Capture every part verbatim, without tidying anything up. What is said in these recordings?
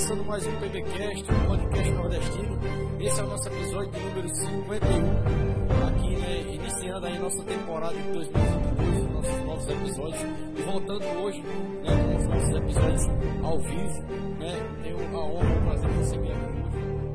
começando mais um PBcast, um podcast nordestino. Esse é o nosso episódio de número cinquenta e um. Aqui, né, iniciando aí nossa temporada de dois mil e vinte e dois, nossos novos episódios. E voltando hoje, né, com os nossos episódios ao vivo, né, tenho a honra e o prazer de receber aqui hoje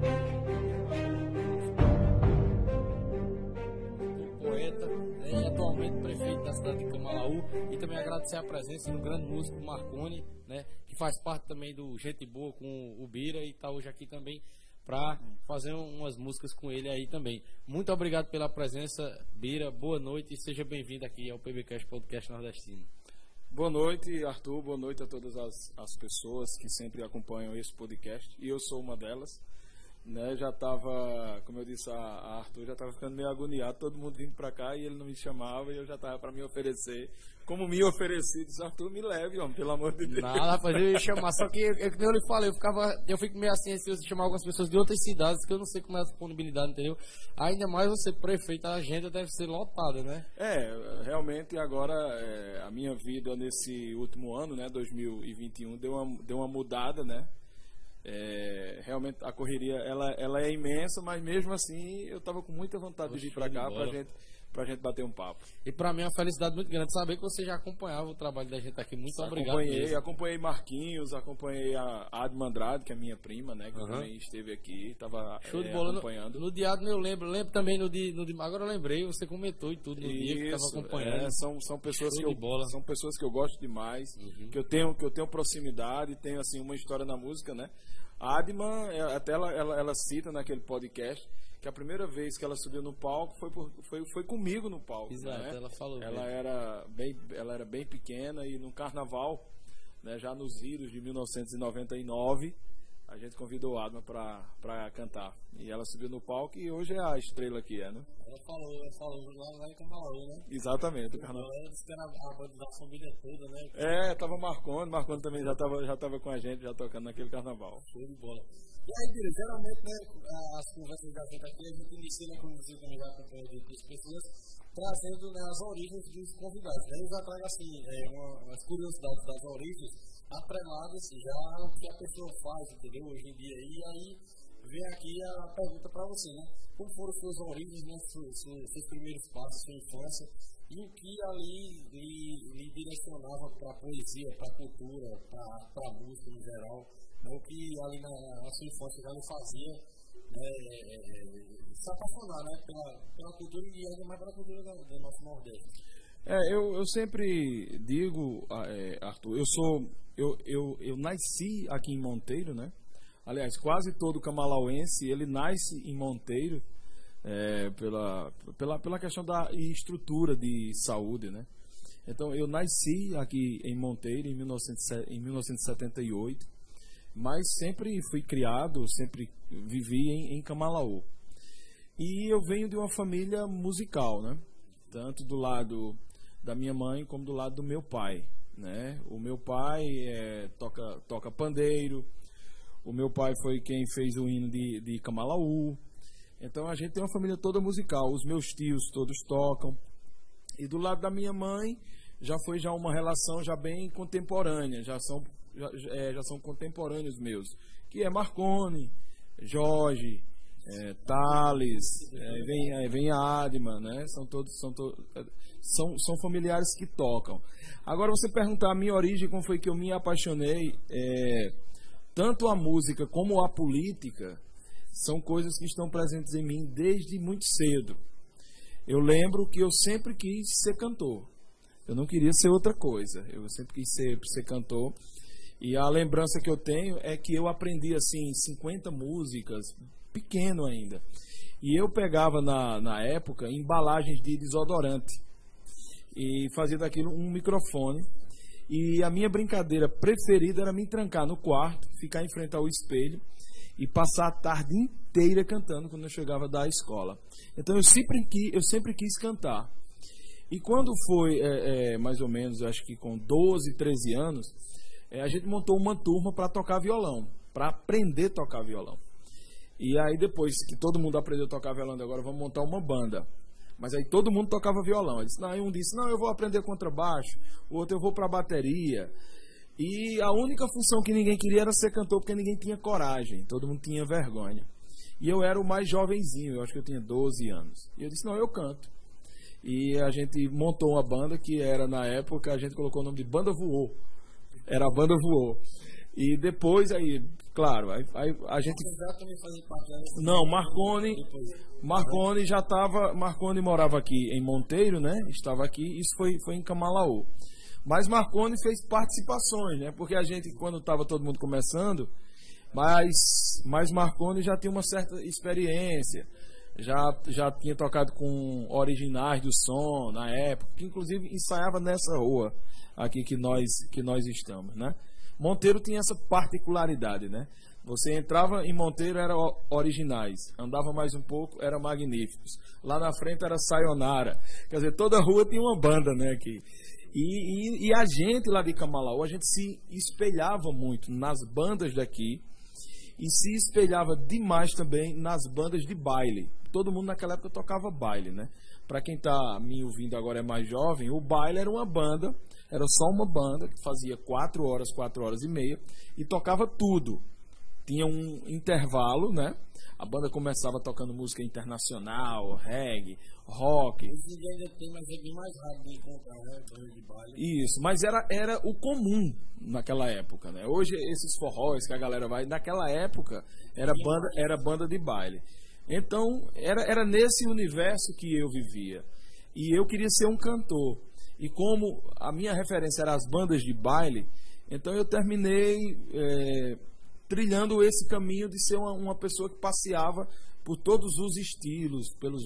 o poeta, né, e atualmente prefeito da cidade de Camalaú. E também agradecer a presença do grande músico Marconi, né, que faz parte também do Gente Boa com o Bira e está hoje aqui também para fazer umas músicas com ele aí também. Muito obrigado pela presença, Bira. Boa noite e seja bem-vindo aqui ao PBcast Podcast Nordestino. Boa noite, Arthur. Boa noite a todas as, as pessoas que sempre acompanham esse podcast. E eu sou uma delas. Né, já estava, como eu disse a, a Arthur, já estava ficando meio agoniado, todo mundo vindo para cá e ele não me chamava e eu já estava para me oferecer. Como me ofereci, disse: Arthur, me leve, homem, pelo amor de Deus. Nada, rapaz, eu ia chamar, só que eu, eu, eu lhe falei, eu, ficava, eu fico meio assim, se eu chamar algumas pessoas de outras cidades, que eu não sei como é a disponibilidade, entendeu? Ainda mais você, prefeito, a agenda deve ser lotada, né? É, realmente agora é, a minha vida nesse último ano, né, dois mil e vinte e um, deu uma, deu uma mudada, né? É, realmente a correria ela, ela é imensa, mas mesmo assim eu estava com muita vontade Poxa, de vir para cá para gente, a gente bater um papo. E para mim é uma felicidade muito grande saber que você já acompanhava o trabalho da gente aqui. Muito obrigado. Acompanhei, mesmo. acompanhei Marquinhos, acompanhei a Adma Andrade, que é minha prima, né, que uhum. também esteve aqui, estava Show de é, bola. acompanhando. No, no Diário eu lembro, lembro também no de, no de, agora eu lembrei, você comentou e tudo no Isso, dia que estava acompanhando. É, são são pessoas Show que eu bola. são pessoas que eu gosto demais, uhum. que eu tenho que eu tenho proximidade, tenho assim uma história na música, né? A Adma, até ela, ela, ela cita naquele podcast que a primeira vez que ela subiu no palco foi, por, foi, foi comigo no palco. Exato, né? ela falou. Ela era, bem, ela era bem pequena e no carnaval, né, já nos idos de mil novecentos e noventa e nove, a gente convidou a Adma para cantar. E ela subiu no palco e hoje é a estrela que é, né? Ela falou, ela falou lá, lá em Camalaú, né? Exatamente. O carnaval. Ela disse que era a banda da família toda, né? É, tava Marconi, Marconi também já tava, já tava com a gente, já tocando naquele carnaval. Show de bola. E aí, Bira, geralmente, né, as conversas da gente aqui, a gente inicia, né, como você também já acompanha de outras pessoas, trazendo, né, as origens dos convidados. Né? Eu já trago, assim, é, uma, umas curiosidades das origens atreladas já ao que a pessoa faz, entendeu? Hoje em dia. E aí, vem aqui a pergunta para você, né? Como foram suas origens, né, seus, seus primeiros passos, sua infância, e o que ali lhe, lhe direcionava para a poesia, para a cultura, para a música em geral, né? O que ali na, na sua infância já lhe fazia, né, se apaixonar, né, pela, pela cultura e ainda mais pela cultura do, do nosso Nordeste. É, eu, eu sempre digo, é, Arthur, eu sou, eu, eu, eu nasci aqui em Monteiro, né? Aliás, quase todo camalauense, ele nasce em Monteiro, é, pela, pela, pela questão da estrutura de saúde, né? Então, eu nasci aqui em Monteiro em mil novecentos e setenta e oito, mas sempre fui criado, sempre vivi em, em Camalaú. E eu venho de uma família musical, né? Tanto do lado da minha mãe como do lado do meu pai, né? O meu pai é, toca, toca pandeiro. O meu pai foi quem fez o hino de, de Camalaú. Então a gente tem uma família toda musical. Os meus tios todos tocam. E do lado da minha mãe já foi já uma relação já bem contemporânea. Já são, já, é, já são contemporâneos meus. Que é Marconi, Jorge, é, Thales, é, vem, é, vem a Adma, né? São todos são, to, são, são familiares que tocam. Agora você perguntar a minha origem, como foi que eu me apaixonei... É, tanto a música como a política são coisas que estão presentes em mim desde muito cedo. Eu lembro que eu sempre quis ser cantor. Eu não queria ser outra coisa. Eu sempre quis ser, ser cantor. E a lembrança que eu tenho é que eu aprendi assim cinquenta músicas, pequeno ainda. E eu pegava na, na época embalagens de desodorante e fazia daquilo um microfone. E a minha brincadeira preferida era me trancar no quarto, ficar em frente ao espelho e passar a tarde inteira cantando quando eu chegava da escola. Então eu sempre quis, eu sempre quis cantar. E quando foi é, é, mais ou menos, acho que com doze, treze anos, é, a gente montou uma turma para tocar violão, para aprender a tocar violão. E aí depois que todo mundo aprendeu a tocar violão, agora vamos montar uma banda. Mas aí todo mundo tocava violão. Aí um disse, não, eu vou aprender contrabaixo, o outro eu vou para bateria. E a única função que ninguém queria era ser cantor, porque ninguém tinha coragem, todo mundo tinha vergonha. E eu era o mais jovenzinho, eu acho que eu tinha doze anos. E eu disse, não, eu canto. E a gente montou uma banda que era, na época, a gente colocou o nome de Banda Voou. Era a Banda Voou. E depois, aí, claro, aí, aí a gente... Não, Marconi, Marconi já estava... Marconi morava aqui em Monteiro, né? Estava aqui, isso foi, foi em Camalaú. Mas Marconi fez participações, né? Porque a gente, quando estava todo mundo começando, mas, mas Marconi já tinha uma certa experiência. Já, já tinha tocado com originais do som na época, que inclusive ensaiava nessa rua aqui que nós, que nós estamos, né? Monteiro tinha essa particularidade, né? Você entrava em Monteiro, era originais, andava mais um pouco, era magníficos. Lá na frente era Sayonara. Quer dizer, toda rua tinha uma banda, né, aqui. E, e, e a gente lá de Camalaú, a gente se espelhava muito nas bandas daqui e se espelhava demais também nas bandas de baile. Todo mundo naquela época tocava baile, né? Para quem está me ouvindo agora é mais jovem, o baile era uma banda, era só uma banda que fazia quatro horas, quatro horas e meia e tocava tudo. Tinha um intervalo, né? A banda começava tocando música internacional, reggae, rock. Esse dia ainda tem, mas é bem mais rápido de encontrar, né? Banda de baile. Isso, mas era, era o comum naquela época, né? Hoje esses forróis que a galera vai, naquela época era banda, era banda de baile. Então era, era nesse universo que eu vivia. E eu queria ser um cantor. E como a minha referência era as bandas de baile, então eu terminei é, trilhando esse caminho de ser uma, uma pessoa que passeava por todos os estilos, pelos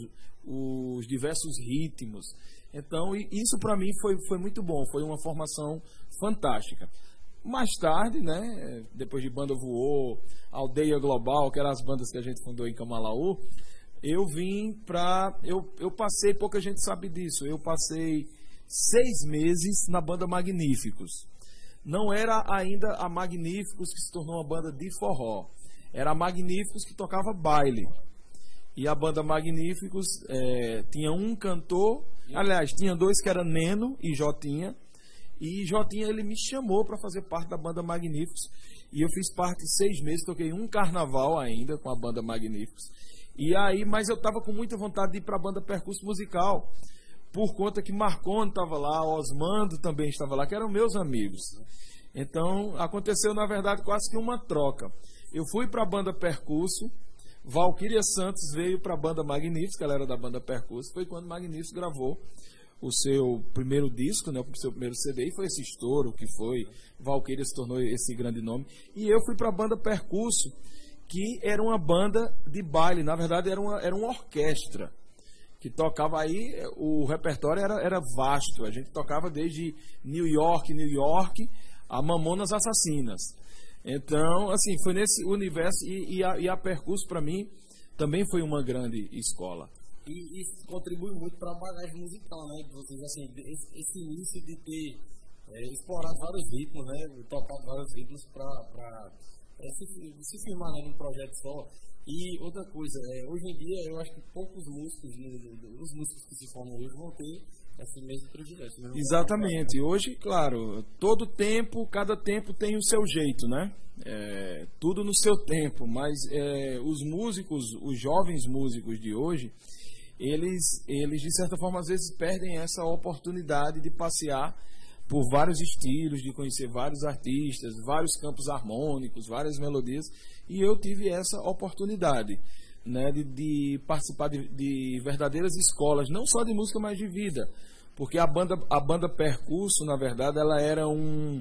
os diversos ritmos. Então isso para mim foi, foi muito bom, foi uma formação fantástica. Mais tarde, né, depois de Banda Voou, Aldeia Global, que eram as bandas que a gente fundou em Camalaú, eu vim para... Eu, eu passei, pouca gente sabe disso, eu passei seis meses na banda Magníficos. Não era ainda a Magníficos que se tornou uma banda de forró, era a Magníficos que tocava baile. E a banda Magníficos é, tinha um cantor, aliás, tinha dois que era Neno e Jotinha. E Jotinha, ele me chamou para fazer parte da banda Magníficos. E eu fiz parte seis meses, toquei um carnaval ainda com a banda Magníficos. E aí, mas eu estava com muita vontade de ir para a banda Percurso Musical, por conta que Marconi estava lá, Osmando também estava lá, que eram meus amigos. Então, aconteceu, na verdade, quase que uma troca. Eu fui para a banda Percurso, Valquíria Santos veio para a banda Magníficos, que ela era da banda Percurso. Foi quando Magníficos gravou o seu primeiro disco, né, o seu primeiro C D, e foi esse estouro que foi. Valquíria se tornou esse grande nome. E eu fui para a banda Percurso, que era uma banda de baile, na verdade era uma, era uma orquestra, que tocava aí, o repertório era, era vasto, a gente tocava desde New York, New York, a Mamonas Assassinas. Então, assim, foi nesse universo, e, e a, e a Percurso para mim também foi uma grande escola. E isso contribui muito para a bagagem musical, né? Vocês, assim, esse, esse início de ter é, explorado vários ritmos, né? Tocado vários ritmos para é, se, se firmar, né, num projeto só. E outra coisa, é, hoje em dia eu acho que poucos músicos, os músicos que se formam hoje vão ter esse mesmo privilégio. Né? Exatamente. Hoje, claro, todo tempo, cada tempo tem o seu jeito, né? É, tudo no seu tempo, mas é, os músicos, os jovens músicos de hoje, eles, eles de certa forma às vezes perdem essa oportunidade de passear por vários estilos, de conhecer vários artistas, vários campos harmônicos, várias melodias, e eu tive essa oportunidade, né, de, de participar de, de verdadeiras escolas, não só de música, mas de vida, porque a banda, a banda Percurso, na verdade, ela era um...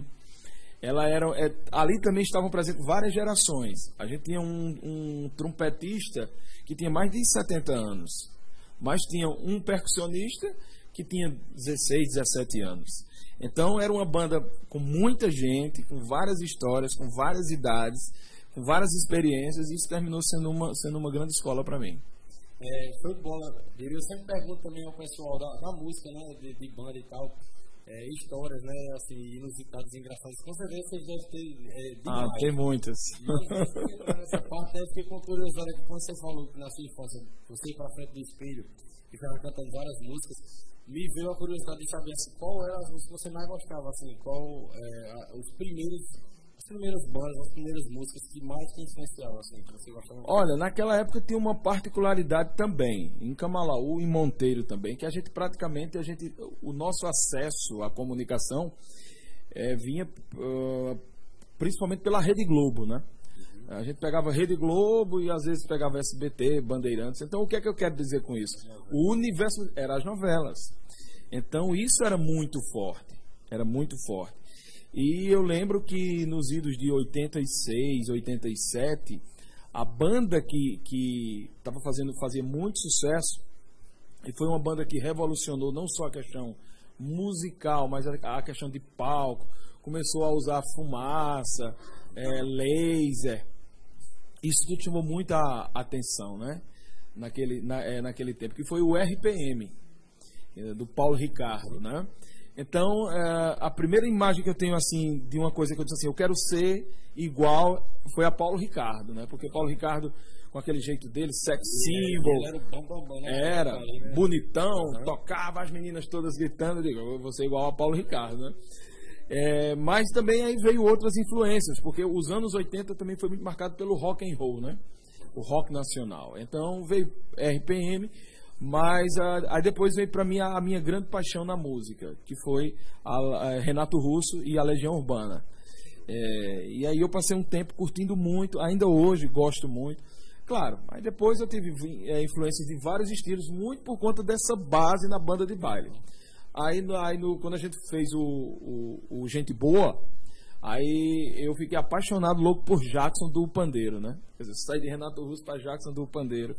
Ela era, é, ali também estavam presentes várias gerações. A gente tinha um, um trompetista que tinha mais de setenta anos, mas tinha um percussionista que tinha dezesseis, dezessete anos. Então era uma banda com muita gente, com várias histórias, com várias idades, com várias experiências, e isso terminou sendo uma, sendo uma grande escola para mim. É, foi de bola. Eu sempre pergunto também ao pessoal da, da música, né, de, de banda e tal, é, histórias, né, assim, inusitadas, engraçadas. Com certeza vocês devem ter. É, ah, tem muitas. Mas, essa parte eu fiquei com curiosidade que quando você falou que na sua infância você ia pra frente do espelho e ficava cantando várias músicas, me veio a curiosidade de saber assim, qual era as músicas que você mais gostava, assim, qual é, a, os primeiros. As primeiras bandas, as primeiras músicas que mais te influenciavam, assim, que você gostava? Olha, naquela época tinha uma particularidade também, em Camalaú, em Monteiro também, que a gente praticamente, a gente, o nosso acesso à comunicação é, vinha uh, principalmente pela Rede Globo, né? Uhum. A gente pegava Rede Globo e às vezes pegava S B T, Bandeirantes. Então o que é que eu quero dizer com isso? O universo era as novelas. Então isso era muito forte, era muito forte. E eu lembro que nos idos de oitenta e seis, oitenta e sete, a banda que que estava fazendo fazia muito sucesso, e foi uma banda que revolucionou não só a questão musical, mas a, a questão de palco, começou a usar fumaça, é, laser, isso tudo chamou muita atenção, né? Naquele, na, é, naquele tempo, que foi o R P M, do Paulo Ricardo, né? Então, a primeira imagem que eu tenho, assim, de uma coisa que eu disse assim, eu quero ser igual, foi a Paulo Ricardo, né? Porque Paulo Ricardo, com aquele jeito dele, sex symbol, era, bom, bom, bom, né? era bonitão, uhum. Tocava as meninas todas gritando, eu digo, eu vou ser igual a Paulo Ricardo, né? É, mas também aí veio outras influências, porque os anos oitenta também foi muito marcado pelo rock and roll, né? O rock nacional. Então, veio R P M... Mas a, aí depois veio para mim a, a minha grande paixão na música, que foi a, a Renato Russo e a Legião Urbana. É, e aí eu passei um tempo curtindo muito, ainda hoje gosto muito. Claro, aí depois eu tive é, influências de vários estilos, muito por conta dessa base na banda de baile. Aí, aí no, quando a gente fez o, o, o Gente Boa, aí eu fiquei apaixonado, louco por Jackson do Pandeiro, né? Quer dizer, saí de Renato Russo para Jackson do Pandeiro.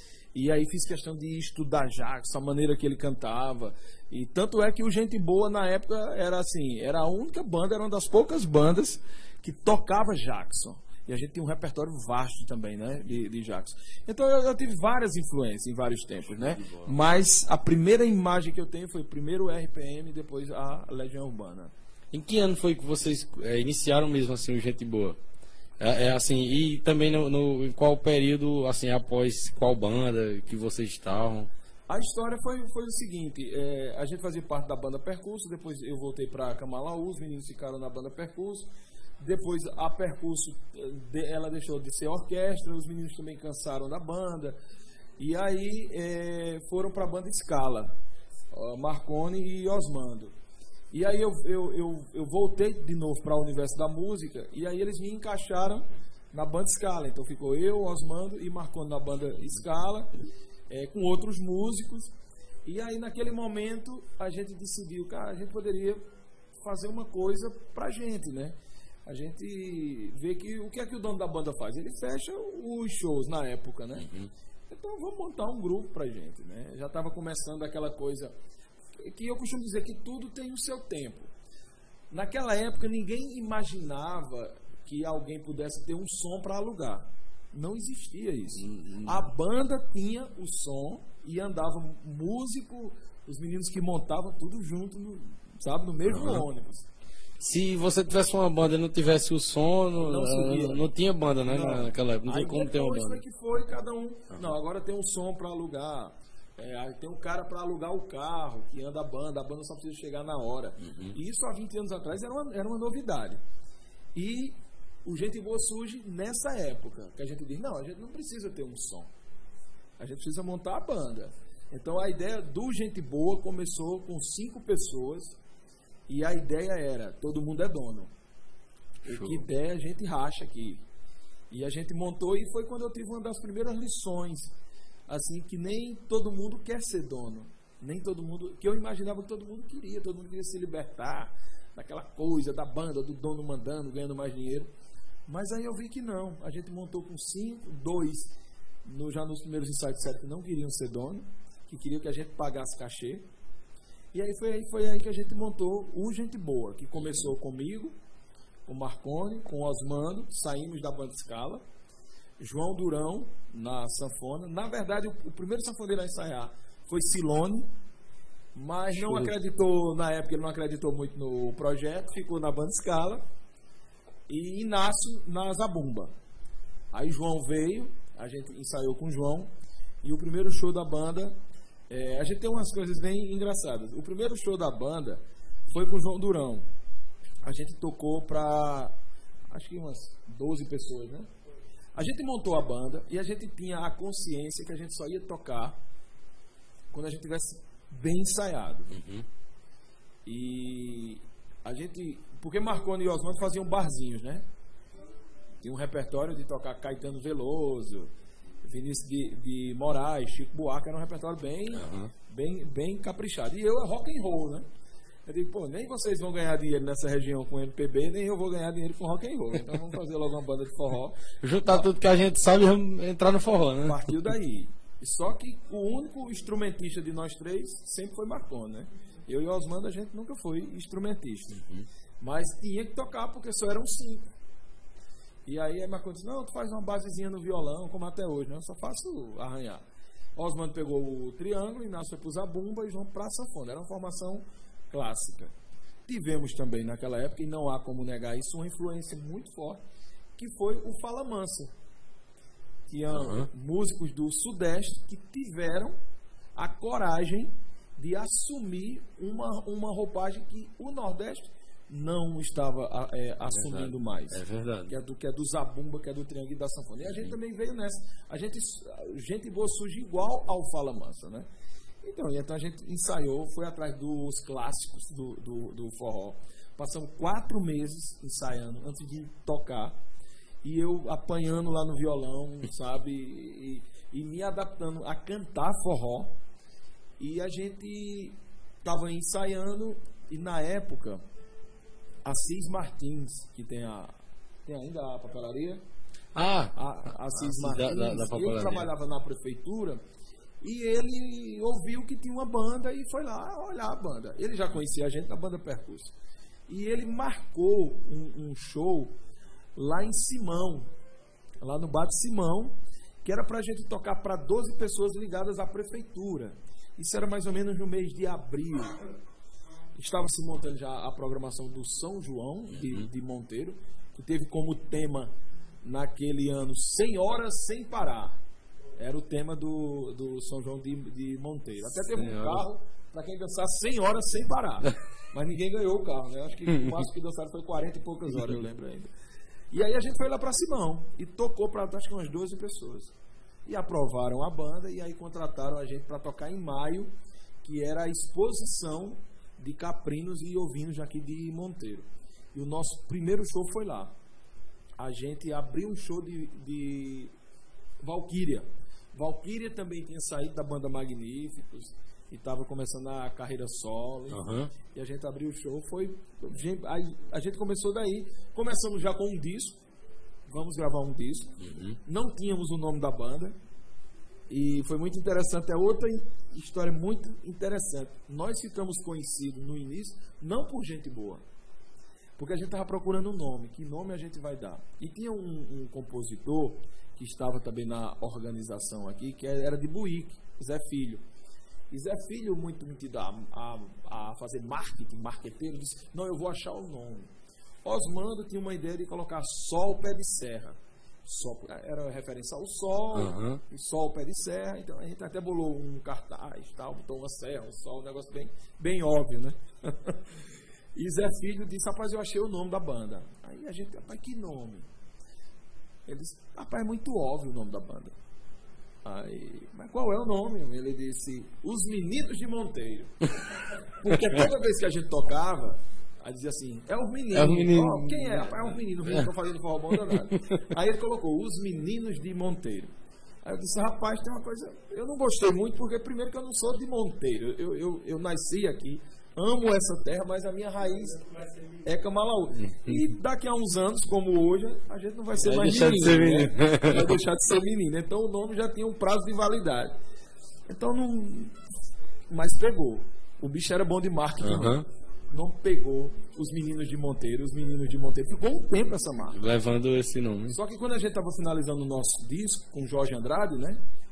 E aí fiz questão de estudar Jackson, a maneira que ele cantava. E tanto é que o Gente Boa na época era assim, era a única banda, era uma das poucas bandas que tocava Jackson. E a gente tinha um repertório vasto também, né, de, de Jackson. Então eu, eu tive várias influências em vários tempos, né? Mas a primeira imagem que eu tenho foi primeiro o R P M e depois a Legião Urbana. Em que ano foi que vocês é, iniciaram mesmo assim o Gente Boa? É, é assim, e também no, no, em qual período, assim, após qual banda que vocês estavam? A história foi, foi o seguinte, é, a gente fazia parte da banda Percurso, depois eu voltei para Camalaú, os meninos ficaram na banda Percurso, depois a Percurso, ela deixou de ser orquestra, os meninos também cansaram da banda, e aí é, foram para a banda Scala, Marconi e Osmando. E aí eu, eu, eu, eu voltei de novo para o universo da música, e aí eles me encaixaram na banda Scala. Então ficou eu, Osmando e Marconi na banda Scala, é, com outros músicos. E aí naquele momento a gente decidiu, cara, a gente poderia fazer uma coisa pra gente, né? A gente vê que o que é que o dono da banda faz? Ele fecha os shows na época, né? Uhum. Então vamos montar um grupo pra gente, né? Já estava começando aquela coisa que eu costumo dizer que tudo tem o seu tempo. Naquela época ninguém imaginava que alguém pudesse ter um som para alugar. Não existia isso. Uhum. A banda tinha o som e andava músico, os meninos que montavam tudo junto, no, sabe, no mesmo uhum. ônibus. Se você tivesse uma banda e não tivesse o som, não, não, não, não tinha banda, né? Não. Naquela época, não tinha como ter uma banda. Foi que foi cada um. Uhum. Não, agora tem um som para alugar. É, tem um cara para alugar o carro, que anda a banda, a banda só precisa chegar na hora. Uhum. E isso há vinte anos atrás era uma, era uma novidade. E o Gente Boa surge nessa época, que a gente diz, não, a gente não precisa ter um som. A gente precisa montar a banda. Então a ideia do Gente Boa começou com cinco pessoas, e a ideia era, todo mundo é dono. O que der, a gente racha aqui. E a gente montou, e foi quando eu tive uma das primeiras lições, assim, que nem todo mundo quer ser dono, nem todo mundo, que eu imaginava que todo mundo queria, todo mundo queria se libertar daquela coisa da banda, do dono mandando, ganhando mais dinheiro, mas aí eu vi que não, a gente montou com cinco, dois, no, já nos primeiros ensaios que não queriam ser dono, que queriam que a gente pagasse cachê, e aí foi aí, foi aí que a gente montou o Gente Boa, que começou comigo, com Marconi, com Osmando, saímos da banda Scala, João Durão na sanfona. Na verdade, o, o primeiro sanfoneiro a ensaiar foi Silone, Mas não acreditou, na época ele não acreditou muito no projeto, ficou na banda Scala. E Inácio na Zabumba. Aí João veio, a gente ensaiou com o João. E o primeiro show da banda, é, a gente tem umas coisas bem engraçadas. O primeiro show da banda foi com o João Durão. A gente tocou pra, acho que umas doze pessoas, né? A gente montou a banda e a gente tinha a consciência que a gente só ia tocar quando a gente tivesse bem ensaiado. Uhum. E a gente, porque Marconi e Osmando faziam barzinhos, né? Tinha um repertório de tocar Caetano Veloso, Vinícius de, de Moraes, Chico Buarque, era um repertório bem, uhum. bem, bem caprichado. E eu é rock and roll, né? Eu digo, pô, nem vocês vão ganhar dinheiro nessa região com M P B, nem eu vou ganhar dinheiro com rock and roll. Então vamos fazer logo uma banda de forró. Juntar ah, tudo que a gente sabe e entrar no forró, né? Partiu daí. Só que o único instrumentista de nós três sempre foi Marconi, né? Eu e Osmando, a gente nunca foi instrumentista. Uhum. Mas tinha que tocar porque só eram cinco. E aí a Marconi disse, não, tu faz uma basezinha no violão, como até hoje, né? Eu só faço arranhar. Osmando pegou o triângulo, Inácio foi pro Zabumba e João pra sanfona. Era uma formação clássica. Tivemos também naquela época, e não há como negar isso, uma influência muito forte, que foi o Fala Mansa. Tinha uhum. músicos do Sudeste que tiveram a coragem de assumir uma, uma roupagem que o Nordeste não estava é, assumindo verdade. mais. É verdade. Que é, do, que é do Zabumba, que é do Triângulo e da Sanfona. E a gente Sim. também veio nessa. A gente, gente boa surge igual ao Fala Mansa, né? Então, então a gente ensaiou, foi atrás dos clássicos do, do, do forró. Passamos quatro meses ensaiando antes de tocar. E eu apanhando lá no violão, sabe? E, e me adaptando a cantar forró. E a gente estava ensaiando. E na época, Assis Martins, que tem a. Tem ainda a papelaria? Ah! A, Assis a, Martins, da, da, da ele trabalhava na prefeitura. E ele ouviu que tinha uma banda e foi lá olhar a banda. Ele já conhecia a gente da banda Percurso. E ele marcou um, um show lá em Simão, lá no Bar de Simão, que era pra gente tocar para doze pessoas ligadas à prefeitura. Isso era mais ou menos no mês de abril. Estava se montando já a programação do São João de, de Monteiro, que teve como tema naquele ano cem horas sem parar. Era o tema do, do São João de, de Monteiro. Até teve um carro para quem dançar cem horas sem parar. Mas ninguém ganhou o carro, né? Acho que o máximo que dançaram foi quarenta e poucas horas, eu lembro ainda. E aí a gente foi lá para Simão e tocou para acho que umas doze pessoas. E aprovaram a banda e aí contrataram a gente para tocar em maio, que era a exposição de caprinos e ovinos aqui de Monteiro. E o nosso primeiro show foi lá. A gente abriu um show de, de Valquíria. Valquíria também tinha saído da banda Magníficos e estava começando a carreira solo. Uhum. E a gente abriu o show. Foi, a, a gente começou daí. Começamos já com um disco. Vamos gravar um disco. Uhum. Não tínhamos o nome da banda. E foi muito interessante. É outra história muito interessante. Nós ficamos conhecidos no início, não por gente boa. Porque a gente estava procurando um nome. Que nome a gente vai dar? E tinha um, um compositor que estava também na organização aqui, que era de Buíque, Zé Filho. E Zé Filho, muito metido a, a, a fazer marketing, marqueteiro, disse, não, eu vou achar o nome. Osmando tinha uma ideia de colocar Sol Pé de Serra. Sol, era referência ao sol, uhum. e Sol Pé de Serra, então a gente até bolou um cartaz, tal, botou uma serra, um sol, um negócio bem, bem óbvio, né? E Zé Filho disse, rapaz, eu achei o nome da banda. Aí a gente, rapaz, que nome? Ele disse, rapaz, é muito óbvio o nome da banda. Aí, mas qual é o nome? Ele disse, Os Meninos de Monteiro. Porque toda vez que a gente tocava, aí dizia assim, é os meninos. É os meninos. Oh, quem é? Rapaz, é os meninos, que estão fazendo forró bom danado. Aí ele colocou, Os Meninos de Monteiro. Aí eu disse, rapaz, tem uma coisa, eu não gostei muito, porque primeiro que eu não sou de Monteiro. Eu, eu, eu nasci aqui. Amo essa terra, mas a minha raiz é Camalaú. E daqui a uns anos, como hoje, a gente não vai ser vai mais deixar menino. De ser né? menino. Vai deixar de ser menino. Então o nome já tinha um prazo de validade. Então não. Mas pegou. O bicho era bom de marketing. Uhum. Não pegou Os Meninos de Monteiro, Os Meninos de Monteiro. Ficou um tempo essa marca. Levando esse nome. Só que quando a gente estava finalizando o nosso disco com Jorge Andrade, né?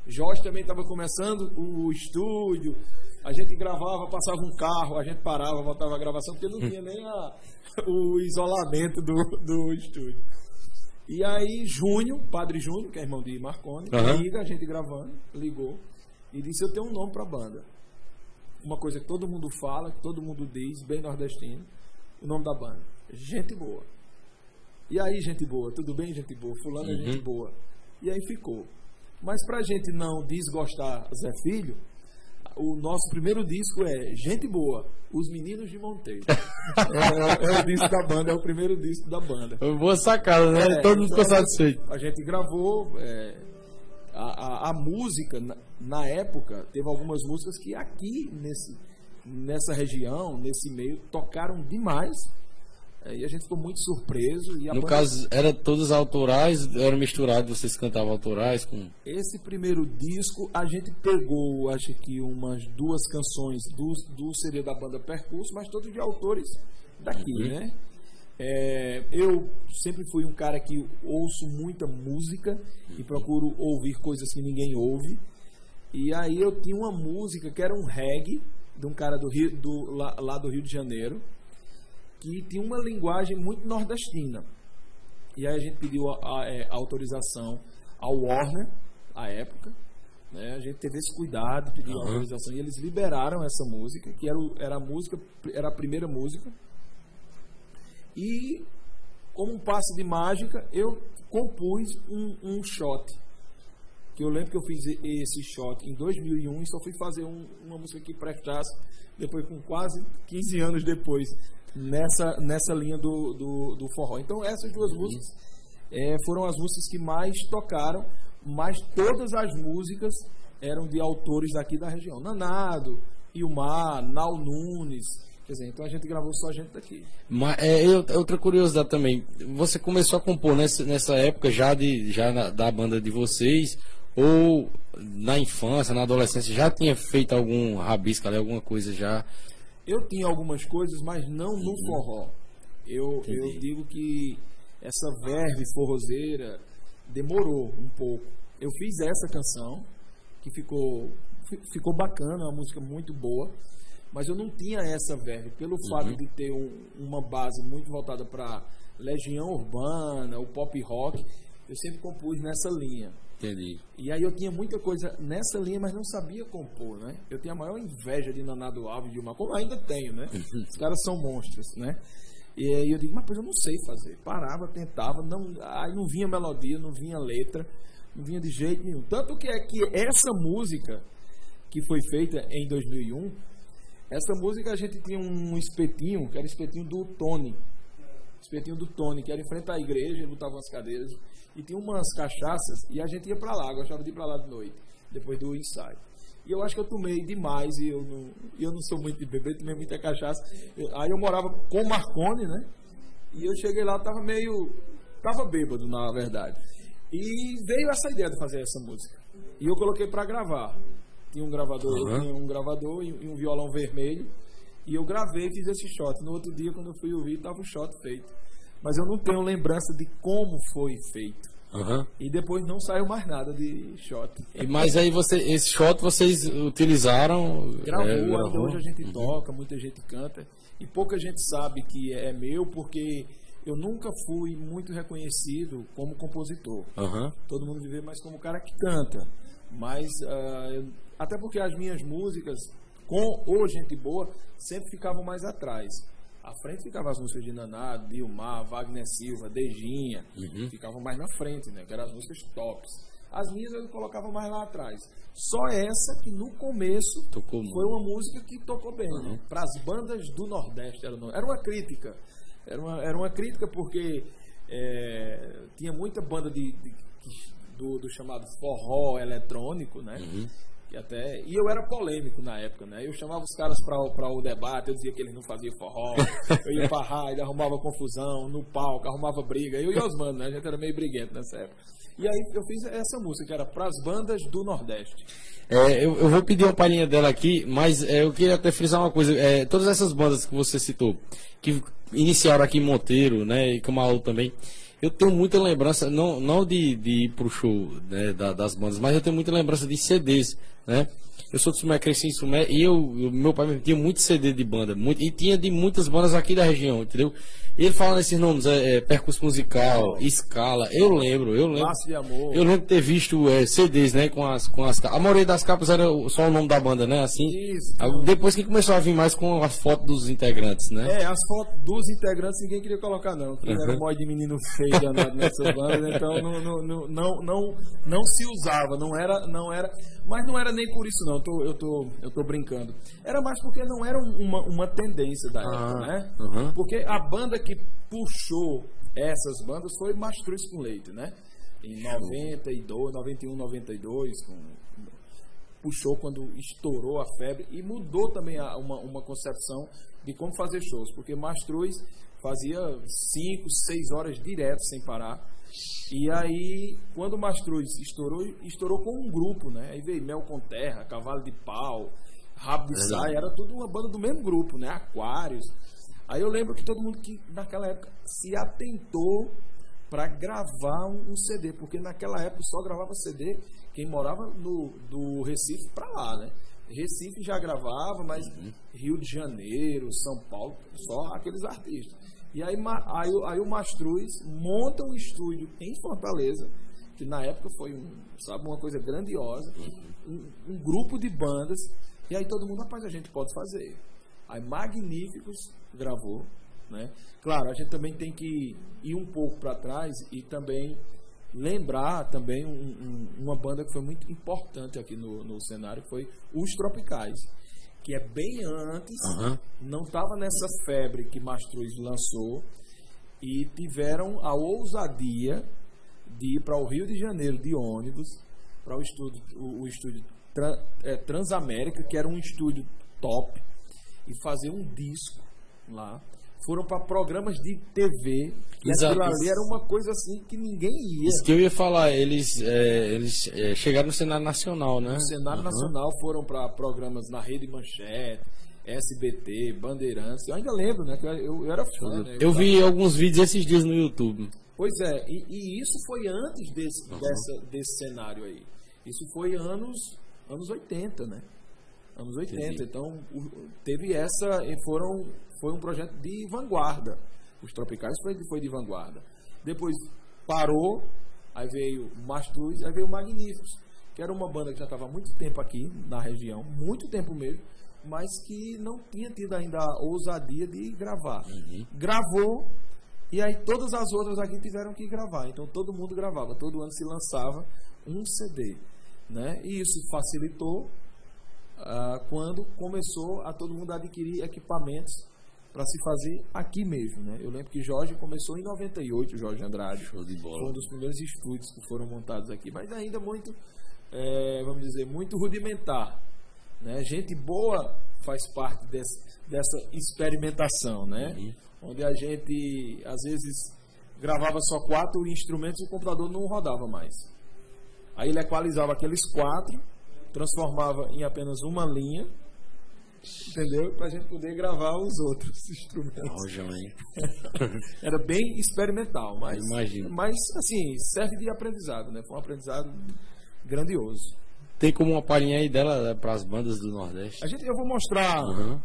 Jorge também estava começando o estúdio. A gente gravava, passava um carro, a gente parava, voltava a gravação, porque não tinha nem a, o isolamento do, do estúdio. E aí, Júnior, Padre Júnior, que é irmão de Marconi, uhum. liga, a gente gravando, ligou, e disse, eu tenho um nome para a banda. Uma coisa que todo mundo fala, que todo mundo diz, bem nordestino, o nome da banda. Gente Boa. E aí, gente boa, tudo bem, gente boa? Fulano é uhum. gente boa. E aí ficou. Mas pra gente não desgostar Zé Filho, o nosso primeiro disco é Gente Boa, Os Meninos de Monteiro. é, é o disco da banda, é o primeiro disco da banda. Boa sacada, né? É, todo mundo ficou satisfeito. A gente gravou é, a, a, a música, na, na época, teve algumas músicas que aqui, nesse, nessa região, nesse meio, tocaram demais. E a gente ficou muito surpreso. E a no banda... caso, era todos autorais, era misturado, vocês cantavam autorais com... Esse primeiro disco, a gente pegou, acho que umas duas canções do, do C D da banda Percurso, mas todos de autores daqui, uhum. né? É, eu sempre fui um cara que ouço muita música uhum. e procuro ouvir coisas que ninguém ouve. E aí eu tinha uma música que era um reggae, de um cara do Rio, do, lá, lá do Rio de Janeiro, que tinha uma linguagem muito nordestina. E aí a gente pediu a, a, a autorização ao Warner, à época, né? A gente teve esse cuidado, pediu uhum. a autorização, e eles liberaram essa música, que era, o, era a música, era a primeira música. E, como um passe de mágica, eu compus um, um shot. Que eu lembro que eu fiz esse shot em dois mil e um e só fui fazer um, uma música que prestasse depois, com quase quinze anos depois, nessa, nessa linha do, do, do forró. Então essas duas músicas é, foram as músicas que mais tocaram, mas todas as músicas eram de autores daqui da região. Nanado, Ilmar, Nau Nunes, quer dizer, então a gente gravou só gente daqui. Mas é, outra curiosidade também, você começou a compor nessa, nessa época já, de, já na, da banda de vocês, ou na infância, na adolescência, já tinha feito algum rabisco ali, alguma coisa já? Eu tinha algumas coisas, mas não no forró. Eu, eu digo que essa verve forrozeira demorou um pouco. Eu fiz essa canção, que ficou, ficou bacana, uma música muito boa, mas eu não tinha essa verve, pelo uhum. fato de ter um, uma base muito voltada para Legião Urbana, o pop rock, eu sempre compus nessa linha. Entendi. E aí eu tinha muita coisa nessa linha, mas não sabia compor, né? Eu tinha a maior inveja de Nanado Alves, de uma, como ainda tenho, né? Os caras são monstros, né? E aí eu digo, mas pois eu não sei fazer. Parava, tentava, não, aí não vinha melodia, não vinha letra, não vinha de jeito nenhum. Tanto que é que essa música que foi feita em dois mil e um, essa música a gente tinha um espetinho, que era o espetinho do Tony. Espetinho do Tony, que era em frente à igreja, botavam as cadeiras. E tinha umas cachaças e a gente ia pra lá, gostava de ir pra lá de noite, depois do ensaio. E eu acho que eu tomei demais e eu não, eu não sou muito de beber, tomei muita cachaça. Eu, aí eu morava com o Marconi, né? E eu cheguei lá, tava meio... Tava bêbado, na verdade. E veio essa ideia de fazer essa música. E eu coloquei pra gravar. Tinha um gravador, uhum. tinha um gravador e um violão vermelho. E eu gravei e fiz esse shot. No outro dia, quando eu fui ouvir, tava o shot feito. Mas eu não tenho lembrança de como foi feito. Uhum. E depois não saiu mais nada de shot. E, mas aí você, esse shot vocês utilizaram? Gravou, é, gravou. Ainda hoje a gente uhum. toca, muita gente canta. E pouca gente sabe que é meu, porque eu nunca fui muito reconhecido como compositor. Uhum. Todo mundo me vê mais como o cara que canta. Mas, uh, eu, até porque as minhas músicas, com o Gente Boa, sempre ficavam mais atrás. À frente ficavam as músicas de Naná, Dilmar, Wagner Silva, Dejinha, uhum. ficavam mais na frente, né? Que eram as músicas tops. As minhas eu colocava mais lá atrás. Só essa que no começo tocou foi uma música que tocou bem, uhum. né? Para as bandas do Nordeste. Era, era uma crítica. Era uma, era uma crítica porque é, tinha muita banda de, de, de, do, do chamado forró eletrônico, né? Uhum. E, até, e eu era polêmico na época, né? Eu chamava os caras para o debate, eu dizia que eles não faziam forró, eu ia pra rádio, arrumava confusão no palco, arrumava briga, eu e Osmano, né? A gente era meio briguento nessa época. E aí eu fiz essa música, que era pras bandas do Nordeste. É, eu, eu vou pedir uma palhinha dela aqui, mas é, eu queria até frisar uma coisa. É, todas essas bandas que você citou, que iniciaram aqui em Monteiro, né, e Camaú também, Eu tenho muita lembrança, não, não de, de ir pro show, né, da, das bandas, mas eu tenho muita lembrança de C Ds, né? Eu sou de Sumé, cresci em Sumé, e eu, eu, meu pai tinha muito C D de banda, muito, e tinha de muitas bandas aqui da região, entendeu? E ele fala nesses nomes, é, é, Percurso Musical, Scala, eu lembro, eu lembro. Laço de Amor. Eu lembro de ter visto é, C Ds, né, com as, com as capas. A maioria das capas era só o nome da banda, né, assim. Isso. Depois que começou a vir mais com as fotos dos integrantes, né? É, as fotos dos integrantes ninguém queria colocar, não. Porque era um monte de menino feio danado nessa banda, então não, não, não, não, não, não se usava, não era, não era. Mas não era nem por isso, não. Eu tô, eu tô, eu tô brincando. Era mais porque não era uma, uma tendência da época, ah, né? Uhum. Porque a banda que puxou essas bandas foi Mastruz com Leite, né? Em noventa e dois, noventa e um, noventa e dois, com, puxou quando estourou a febre e mudou também a, uma, uma concepção de como fazer shows, porque Mastruz fazia cinco, seis horas direto sem parar. E aí, quando o Mastruz estourou, estourou com um grupo, né? Aí veio Mel com Terra, Cavalo de Pau, Rabo de Saia, era tudo uma banda do mesmo grupo, né? Aquários. Aí eu lembro que todo mundo que naquela época se atentou para gravar um, um C D, porque naquela época só gravava C D quem morava no, do Recife para lá, né? Recife já gravava, mas uhum. Rio de Janeiro, São Paulo, só aqueles artistas. E aí, aí, aí o Mastruz monta um estúdio em Fortaleza, que na época foi um, sabe, uma coisa grandiosa, um, um grupo de bandas, e aí todo mundo, rapaz, a gente pode fazer. Aí Magníficos gravou, né? Claro, a gente também tem que ir um pouco para trás e também lembrar também um, um, uma banda que foi muito importante aqui no, no cenário, que foi Os Tropicais, que é bem antes, uhum. não estava nessa febre que Mastruz lançou, e tiveram a ousadia de ir para o Rio de Janeiro de ônibus, para o estúdio, o, o estúdio Tran, é, Transamérica, que era um estúdio top, e fazer um disco lá. Foram para programas de T V, e aquilo ali era uma coisa assim que ninguém ia. Isso que eu ia falar, eles, é, eles é, chegaram no cenário nacional, né? No cenário uhum. nacional, foram para programas na Rede Manchete, S B T, Bandeirantes. Eu ainda lembro, né? Que eu, eu era fã, né? Eu, eu vi tava... alguns vídeos esses dias no YouTube. Pois é, e, e isso foi antes desse, uhum. dessa, desse cenário aí. Isso foi anos, anos oitenta, né? Anos oitenta. Entendi. Então, teve essa, foram, foi um projeto de vanguarda. Os Tropicais foi, foi de vanguarda. Depois parou, aí veio Mastruz, aí veio Magníficos, que era uma banda que já estava há muito tempo aqui na região, muito tempo mesmo, mas que não tinha tido ainda a ousadia de gravar. Uhum. Gravou, e aí todas as outras aqui tiveram que gravar. Então todo mundo gravava, todo ano se lançava um C D, né? E isso facilitou Uh, quando começou a todo mundo adquirir equipamentos para se fazer aqui mesmo, né? Eu lembro que Jorge começou em noventa e oito, Jorge Andrade. Show de bola. Foi um dos primeiros estúdios que foram montados aqui, mas ainda muito, é, vamos dizer, muito rudimentar, né? Gente boa faz parte desse, dessa experimentação, né? Uhum. Onde a gente, às vezes, gravava só quatro instrumentos e o computador não rodava mais. Aí ele equalizava aqueles quatro, transformava em apenas uma linha, entendeu? Para a gente poder gravar os outros instrumentos. Era bem experimental, mas, mas assim, serve de aprendizado, né? Foi um aprendizado grandioso. Tem como uma palhinha aí dela para as bandas do Nordeste? A gente, eu vou mostrar, uhum.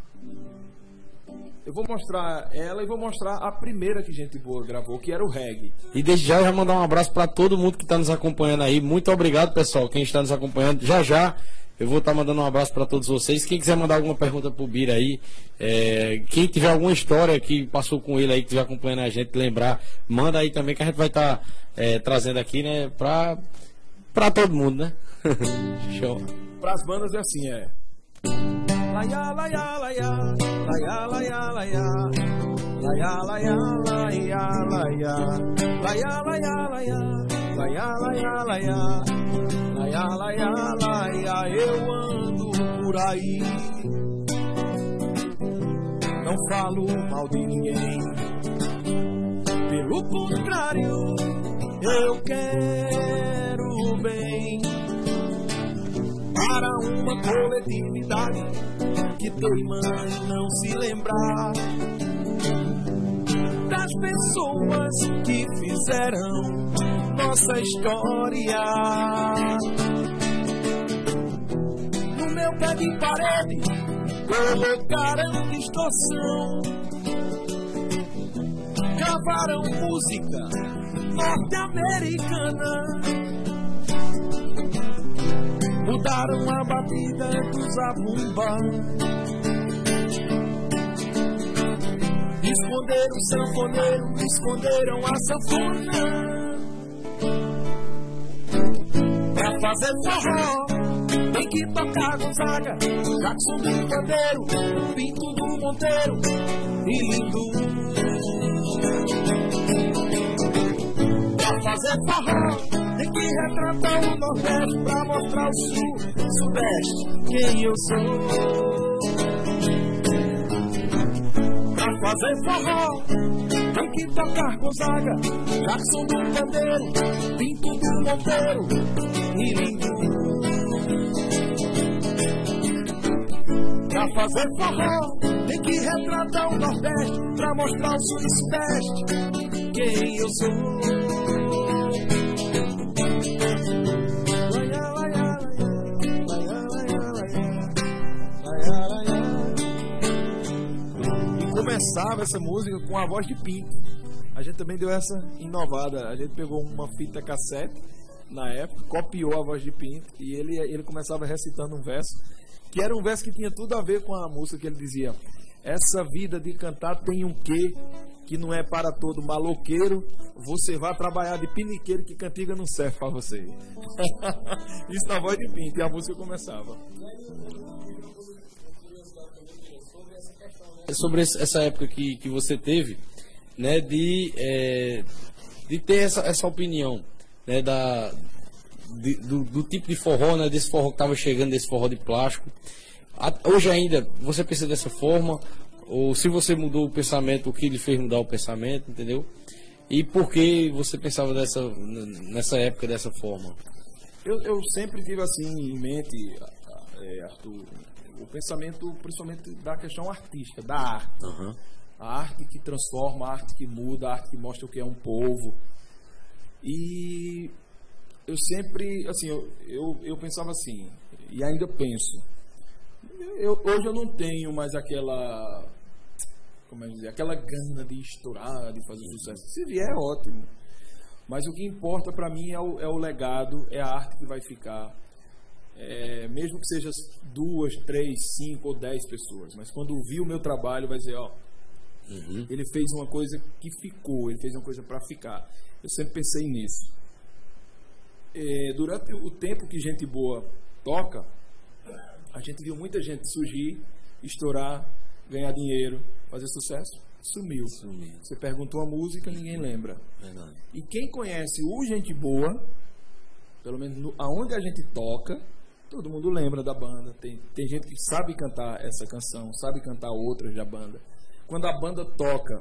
eu vou mostrar ela e vou mostrar a primeira que Gente Boa gravou, que era o reggae. E desde já, já mandar um abraço para todo mundo que está nos acompanhando aí. Muito obrigado, pessoal, quem está nos acompanhando. Já já eu vou estar tá mandando um abraço para todos vocês. Quem quiser mandar alguma pergunta pro Bira aí, é, quem tiver alguma história que passou com ele aí, que estiver acompanhando a gente, lembrar, manda aí também, que a gente vai estar tá, é, trazendo aqui, né, para para todo mundo, né? Show. Para as bandas é assim, é. Laia, laia, laia, laia, laia, laia, laia, laia, laia, laia, laia, laia, laia, laia, laia, laia, laia, laia, laia, eu ando por aí, não falo mal de ninguém, pelo contrário, eu quero bem para uma coletividade que teima em não se lembrar da as pessoas que fizeram nossa história. No meu pé de parede colocaram distorção, gravaram música norte-americana, mudaram a batida do zabumba, esconderam o sanfoneiro, esconderam a sanfona. Pra fazer forró tem que tocar Gonzaga, Jackson do Pandeiro, Pinto do Monteiro e Lindo. Pra fazer forró tem que retratar o Nordeste, pra mostrar o Sul, Sudeste, quem eu sou. Pra fazer forró tem que tocar Gonzaga, Jackson do Pandeiro, Pinto do Monteiro e Lindo. Pra fazer forró tem que retratar o Nordeste, pra mostrar o Sul e Sudeste, quem eu sou. Começava essa música com a voz de Pinto. A gente também deu essa inovada. A gente pegou uma fita cassete na época, copiou a voz de Pinto e ele, ele começava recitando um verso, que era um verso que tinha tudo a ver com a música, que ele dizia: essa vida de cantar tem um quê que não é para todo maloqueiro, você vai trabalhar de piniqueiro que cantiga não serve para você. Isso na voz de Pinto, e a música começava. Sobre essa época que, que você teve, né, de, é, de ter essa, essa opinião, né, da, de, do, do tipo de forró, né, desse forró que estava chegando, desse forró de plástico. A, hoje ainda, você pensa dessa forma? Ou se você mudou o pensamento, o que lhe fez mudar o pensamento, entendeu? E por que você pensava dessa, nessa época dessa forma? Eu, eu sempre tive assim em mente, é, Arthur, o pensamento principalmente da questão artística, da arte. Uhum. A arte que transforma, a arte que muda, a arte que mostra o que é um povo. E eu sempre, assim, eu, eu, eu pensava assim, e ainda penso, eu, hoje eu não tenho mais aquela, como é dizer, aquela gana de estourar, de fazer sucesso. Se vier, é ótimo. Mas o que importa para mim é o, é o legado, é a arte que vai ficar. É, mesmo que seja duas, três, cinco ou dez pessoas, mas quando ouvir o meu trabalho vai dizer, ó, uhum. ele fez uma coisa que ficou, ele fez uma coisa para ficar. Eu sempre pensei nisso. É, durante o tempo que Gente Boa toca, a gente viu muita gente surgir, estourar, ganhar dinheiro, fazer sucesso, sumiu. sumiu. Você perguntou a música, ninguém lembra. Verdade. E quem conhece o Gente Boa, pelo menos no, aonde a gente toca, todo mundo lembra da banda. Tem, tem gente que sabe cantar essa canção, sabe cantar outras da banda. Quando a banda toca,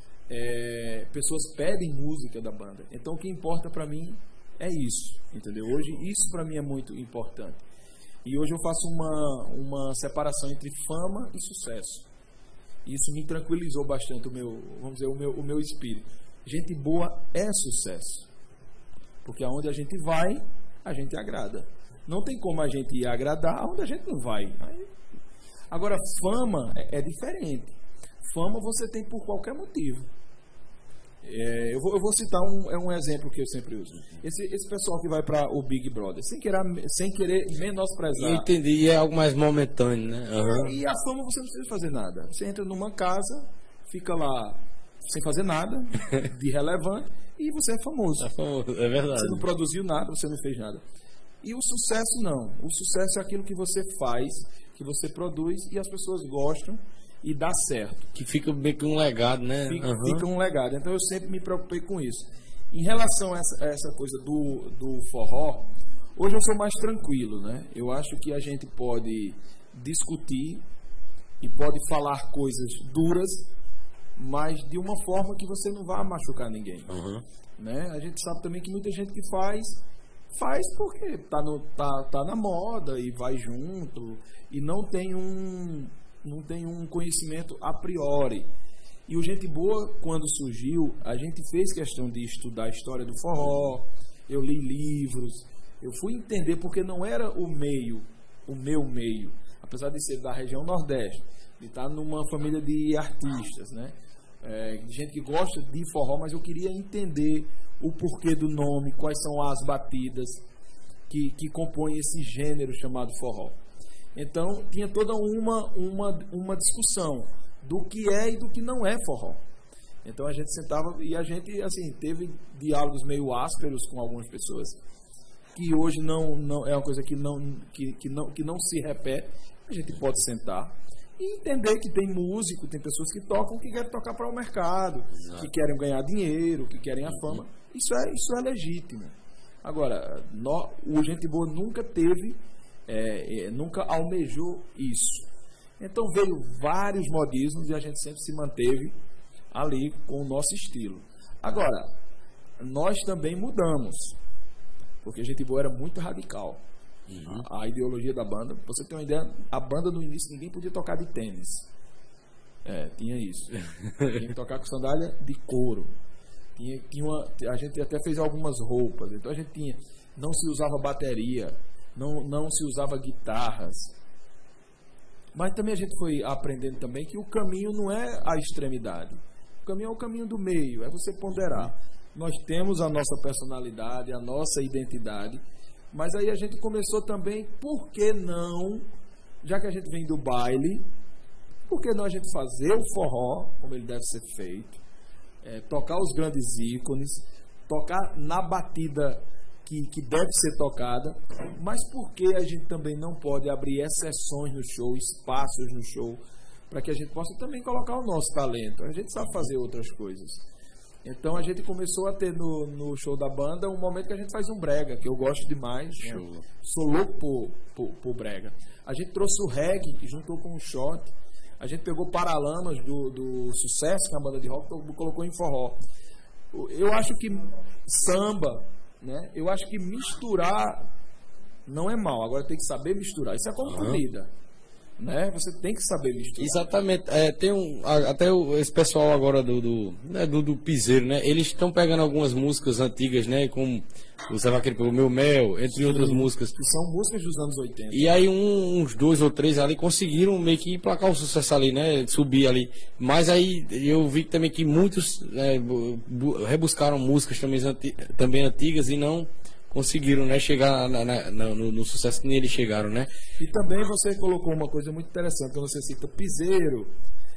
é, pessoas pedem música da banda. Então o que importa para mim é isso, entendeu? Hoje isso para mim é muito importante. E hoje eu faço uma, uma separação entre fama e sucesso. Isso me tranquilizou bastante o meu, vamos dizer, o meu, o meu espírito. Gente boa é sucesso. Porque aonde a gente vai, a gente agrada. Não tem como a gente ir agradar aonde a gente não vai. Agora, fama é, é diferente. Fama você tem por qualquer motivo. É, eu, vou, eu vou citar um, é um exemplo que eu sempre uso. Esse, esse pessoal que vai para o Big Brother, sem querer, sem querer menosprezar. Eu entendi, é algo mais momentâneo, né? Uhum. E a fama você não precisa fazer nada. Você entra numa casa, fica lá sem fazer nada de relevante e você é famoso. É famoso, é verdade. Você não produziu nada, você não fez nada. E o sucesso não. O sucesso é aquilo que você faz, que você produz e as pessoas gostam e dá certo. Que fica meio que um legado, né? Fica, uhum. fica um legado. Então eu sempre me preocupei com isso. Em relação a essa, a essa coisa do, do forró, hoje eu sou mais tranquilo, né? Eu acho que a gente pode discutir e pode falar coisas duras, mas de uma forma que você não vá machucar ninguém. Uhum. Né? A gente sabe também que muita gente que faz, faz porque tá, no, tá, tá na moda e vai junto e não tem um, não tem um conhecimento a priori. E o Gente Boa, quando surgiu, a gente fez questão de estudar a história do forró, eu li livros, eu fui entender porque não era o meio, o meu meio, apesar de ser da região Nordeste, de estar numa família de artistas, né? É, de gente que gosta de forró, mas eu queria entender o porquê do nome, quais são as batidas que, que compõem esse gênero chamado forró. Então, tinha toda uma, uma, uma discussão do que é e do que não é forró. Então, a gente sentava e a gente, assim, teve diálogos meio ásperos com algumas pessoas, que hoje não, não é uma coisa que não, que, que, não, que não se repete. A gente pode sentar e entender que tem músico, tem pessoas que tocam, que querem tocar para o mercado, Exato. que querem ganhar dinheiro, que querem a fama. Isso é, isso é legítimo. Agora, nós, o Gente Boa nunca teve, é, é, nunca almejou isso. Então veio vários modismos e a gente sempre se manteve ali com o nosso estilo. Agora, nós também mudamos, porque a Gente Boa era muito radical. Uhum. A, a ideologia da banda, pra você ter uma ideia, a banda no início ninguém podia tocar de tênis. É, tinha isso. Tinha que tocar com sandália de couro. Tinha, tinha uma, a gente até fez algumas roupas. Então a gente tinha, não se usava bateria, não, não se usava guitarras. Mas também a gente foi aprendendo também que o caminho não é a extremidade. O caminho é o caminho do meio, é você ponderar. Nós temos a nossa personalidade, a nossa identidade, mas aí a gente começou também, por que não, já que a gente vem do baile, por que não a gente fazer o forró, como ele deve ser feito, é, tocar os grandes ícones, tocar na batida que, que deve ser tocada, mas por que a gente também não pode abrir exceções no show, espaços no show, para que a gente possa também colocar o nosso talento? A gente sabe fazer outras coisas. Então a gente começou a ter no, no show da banda um momento que a gente faz um brega, que eu gosto demais. Show. Né? Sou louco por, por, por brega. A gente trouxe o reggae, que juntou com o shot. A gente pegou Paralamas do, do Sucesso, que é a banda de rock, colocou em forró. Eu acho que samba, né? Eu acho que misturar não é mal. Agora tem que saber misturar. Isso é como uhum. comida. Né? Você tem que saber misturar. Exatamente. É, tem um, até o, esse pessoal agora do do, né, do, do piseiro, né? Eles estão pegando algumas músicas antigas, né? Como o Zé Vaqueiro pegou Meu Mel, entre Sim, outras músicas. Que são músicas dos anos oitenta. E aí um, uns dois ou três ali conseguiram meio que emplacar o sucesso ali, né? Subir ali. Mas aí eu vi também que muitos né, rebuscaram músicas também, anti, também antigas e não conseguiram, né, chegar na, na, na, no, no sucesso que eles chegaram, né? E também você colocou uma coisa muito interessante, quando você cita piseiro.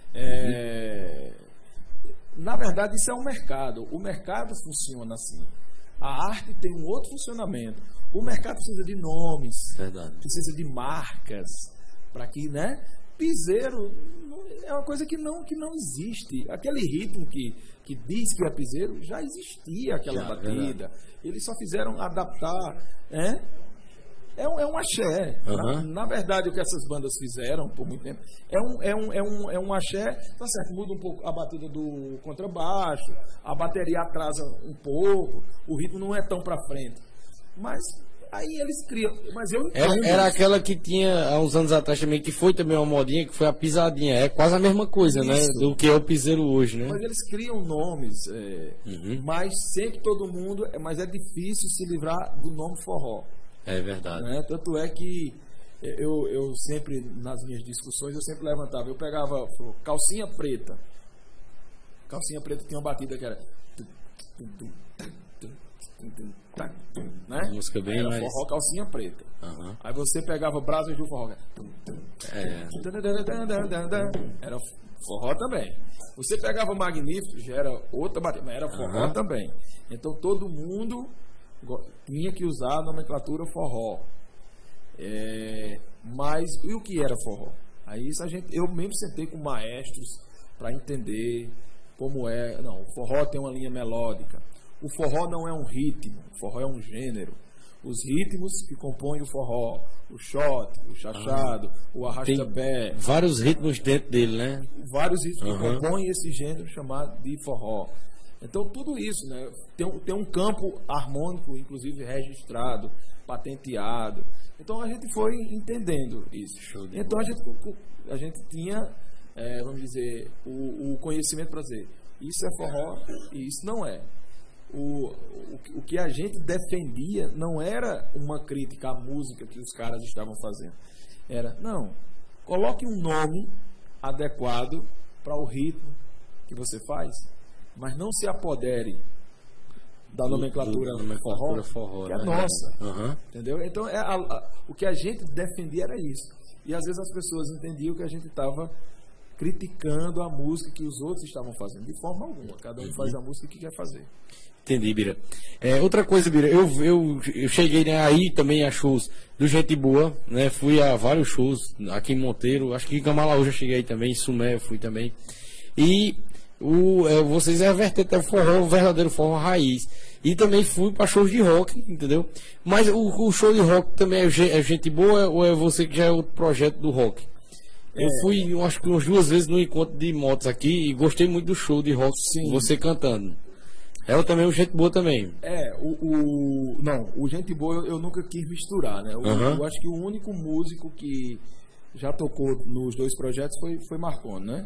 É... Uhum. Na verdade, isso é um mercado. O mercado funciona assim. A arte tem um outro funcionamento. O mercado precisa de nomes, verdade. Precisa de marcas, para que, né? Piseiro é uma coisa que não, que não existe. Aquele ritmo que, que diz que é piseiro, já existia aquela já, batida. Verdade. Eles só fizeram adaptar. É, é, um, é um axé. Uhum. Na, na verdade, o que essas bandas fizeram por muito tempo é um, é um, é um, é um axé. Tá certo, muda um pouco a batida do contrabaixo, a bateria atrasa um pouco, o ritmo não é tão para frente. Mas aí eles criam, mas eu era, era aquela que tinha há uns anos atrás também, que foi também uma modinha, que foi a pisadinha. É quase a mesma coisa, Isso. né? Do que é o piseiro hoje, né? Mas eles criam nomes, é, uhum. mas sempre todo mundo, mas é difícil se livrar do nome forró. É verdade. Né? Tanto é que eu, eu sempre, nas minhas discussões, eu sempre levantava, eu pegava calcinha preta. Calcinha preta tinha uma batida que era... Né? Música bem era mais... forró calcinha preta. Uhum. Aí você pegava brasas do forró. É. Era forró também. Você pegava Magnífico, já era outra batida, mas era forró uhum. também. Então todo mundo tinha que usar a nomenclatura forró. É, mas e o que era forró? Aí isso a gente, eu mesmo sentei com maestros para entender como é. Não, o forró tem uma linha melódica. O forró não é um ritmo, o forró é um gênero. Os ritmos que compõem o forró, o shot, o chachado, ah, o arrasta-pé. Vários ritmos dentro dele, né? Vários ritmos uhum. que compõem esse gênero chamado de forró. Então tudo isso, né? Tem, tem um campo harmônico, inclusive registrado, patenteado. Então a gente foi entendendo isso. Então a gente, a gente tinha é, vamos dizer, o, o conhecimento para dizer, isso é forró e isso não é. O, o, o que a gente defendia não era uma crítica à música que os caras estavam fazendo. Era, não, coloque um nome adequado para o ritmo que você faz, mas não se apodere da nomenclatura, do, do, do forró, forró, que é né? nossa. Uhum. Entendeu? Então, é a, a, o que a gente defendia era isso. E às vezes as pessoas entendiam que a gente estava criticando a música que os outros estavam fazendo. De forma alguma. Cada um faz a música que quer fazer. Entendi, Bira. É, outra coisa, Bira, eu, eu, eu cheguei, né, aí também a shows do Gente Boa, né? Fui a vários shows aqui em Monteiro, acho que em Camalaú já cheguei também, em Sumé eu fui também. E o, é, vocês é a vertente do forró, o verdadeiro forró raiz. E também fui para shows de rock, entendeu? Mas o, o show de rock também é, é Gente Boa ou é você que já é outro projeto do rock? Eu é. fui, eu acho que umas duas vezes no encontro de motos aqui e gostei muito do show de rock, sim, você cantando. Ela também é o Gente Boa também. É, o, o não, o Gente Boa eu, eu nunca quis misturar, né? O, uhum. Eu acho que o único músico que já tocou nos dois projetos foi, foi Marconi, né?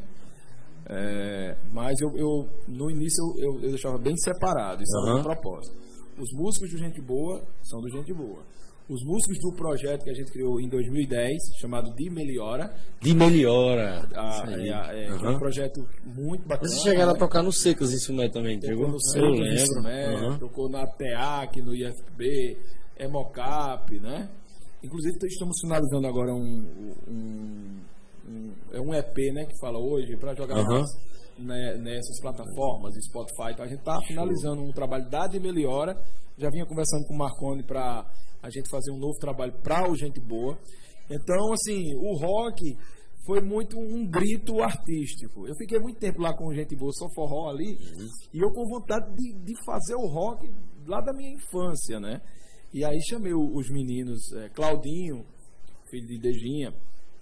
É, mas eu, eu no início eu, eu, eu deixava bem separado, isso era uhum. um propósito. Os músicos do Gente Boa são do Gente Boa. Os músicos do projeto que a gente criou em dois mil e dez, chamado De Meliora. De Meliora. A, é, é, uhum. é um projeto muito bacana. Vocês chegaram, né, a tocar no Secas em Sumé também, tocou entregou? No Secas em Sumé, uhum. Tocou na T A C, no I F B, Emocap, né? Inclusive estamos finalizando agora um, um, um, é um E P, né, que fala hoje, para jogar uhum. mais, né, nessas plataformas, Spotify. Então a gente está finalizando um trabalho da De Meliora. Já vinha conversando com o Marconi para a gente fazer um novo trabalho para o Gente Boa. Então, assim, o rock foi muito um grito artístico. Eu fiquei muito tempo lá com o Gente Boa, só forró ali, uhum. e eu com vontade de, de fazer o rock lá da minha infância, né? E aí chamei os meninos, é, Claudinho, filho de Dejinha,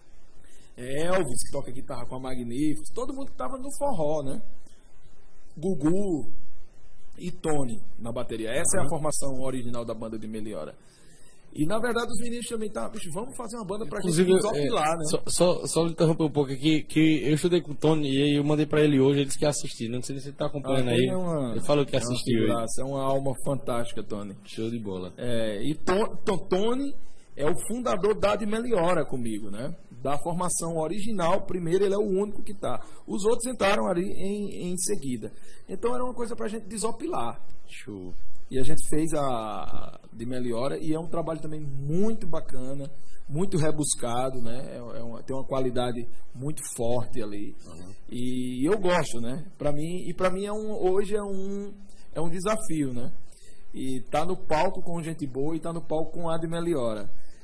é, Elvis, que toca guitarra com a Magnífica, todo mundo que estava no forró, né? Gugu e Tony na bateria. Essa uhum. é a formação original da banda de Meliora. E na verdade os meninos também estavam, bicho, vamos fazer uma banda pra Inclusive, gente desopilar, é, né? Só, só, só interromper um pouco aqui, que eu estudei com o Tony e eu mandei pra ele hoje, ele disse que ia assistir. Não sei se ele tá acompanhando ah, aí. É uma, ele falou que ia assistir hoje. É uma alma fantástica, Tony. Show de bola. É, e Tom, Tony é o fundador da de Meliora comigo, né? Da formação original, primeiro ele é o único que tá. Os outros entraram ali em, em seguida. Então era uma coisa pra gente desopilar. Show. E a gente fez a de Meliora e é um trabalho também muito bacana, muito rebuscado, né? É, é uma, tem uma qualidade muito forte ali. Uhum. E eu gosto, né? Para mim, e para mim é um, hoje é um é um desafio, né? E tá no palco com Gente Boa e tá no palco com a de Meliora.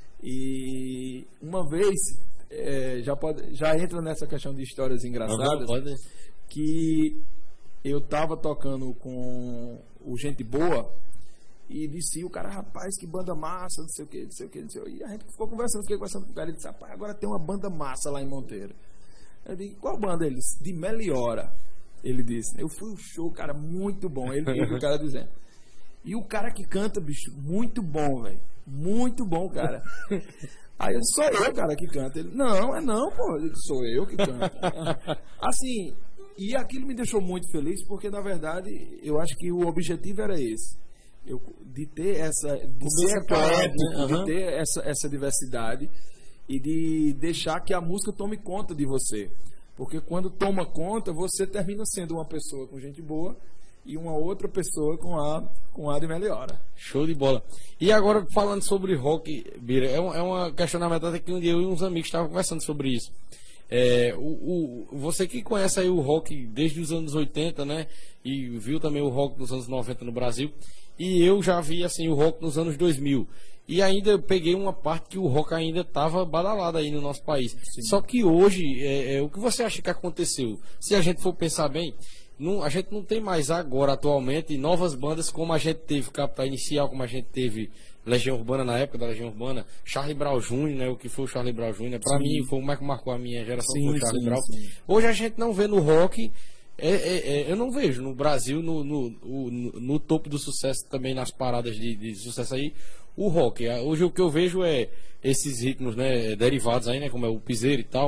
E uma vez é, já pode já entra nessa questão de histórias engraçadas, uhum, que eu tava tocando com o Gente Boa e disse o cara, rapaz, que banda massa, não sei o que, não sei o que, não sei o que. E a gente ficou conversando, fiquei conversando com o cara e disse, rapaz, agora tem uma banda massa lá em Monteiro. Eu disse, qual banda? Ele disse, de Meliora. Ele disse, eu fui um show, cara, muito bom. Ele o cara dizendo. E o cara que canta, bicho, muito bom, velho. Muito bom, cara. Aí eu disse, sou eu, cara, que canta. Ele, não, é não, pô. Ele disse, sou eu que canto. Assim, e aquilo me deixou muito feliz, porque, na verdade, eu acho que o objetivo era esse. Eu, de ter essa... De ser eclético, né? Uhum. De ter essa, essa diversidade e de deixar que a música tome conta de você. Porque quando toma conta, você termina sendo uma pessoa com gente boa e uma outra pessoa com a, com a de Meliora. Show de bola. E agora, falando sobre rock, Bira, é um, é uma questionamento até que um dia eu e uns amigos estavam conversando sobre isso. É, o, o, você que conhece aí o rock desde os anos oitenta, né? E viu também o rock dos anos noventa no Brasil. E eu já vi assim o rock nos anos dois mil. E ainda eu peguei uma parte que o rock ainda estava badalado aí no nosso país. Sim. Só que hoje, é, é, o que você acha que aconteceu? Se a gente for pensar bem, não, a gente não tem mais agora, atualmente, novas bandas como a gente teve Capital Inicial, como a gente teve Legião Urbana na época da Legião Urbana, Charlie Brown Júnior, né, o que foi o Charlie Brown Júnior, para mim foi o mais que marcou a minha geração, sim, foi o Charlie sim, Brown. Sim. Hoje a gente não vê no rock, é, é, é, eu não vejo no Brasil, no, no, no, no topo do sucesso também, nas paradas de, de sucesso aí, o rock. Hoje o que eu vejo é esses ritmos, né, derivados aí, né, como é o piseiro e tal,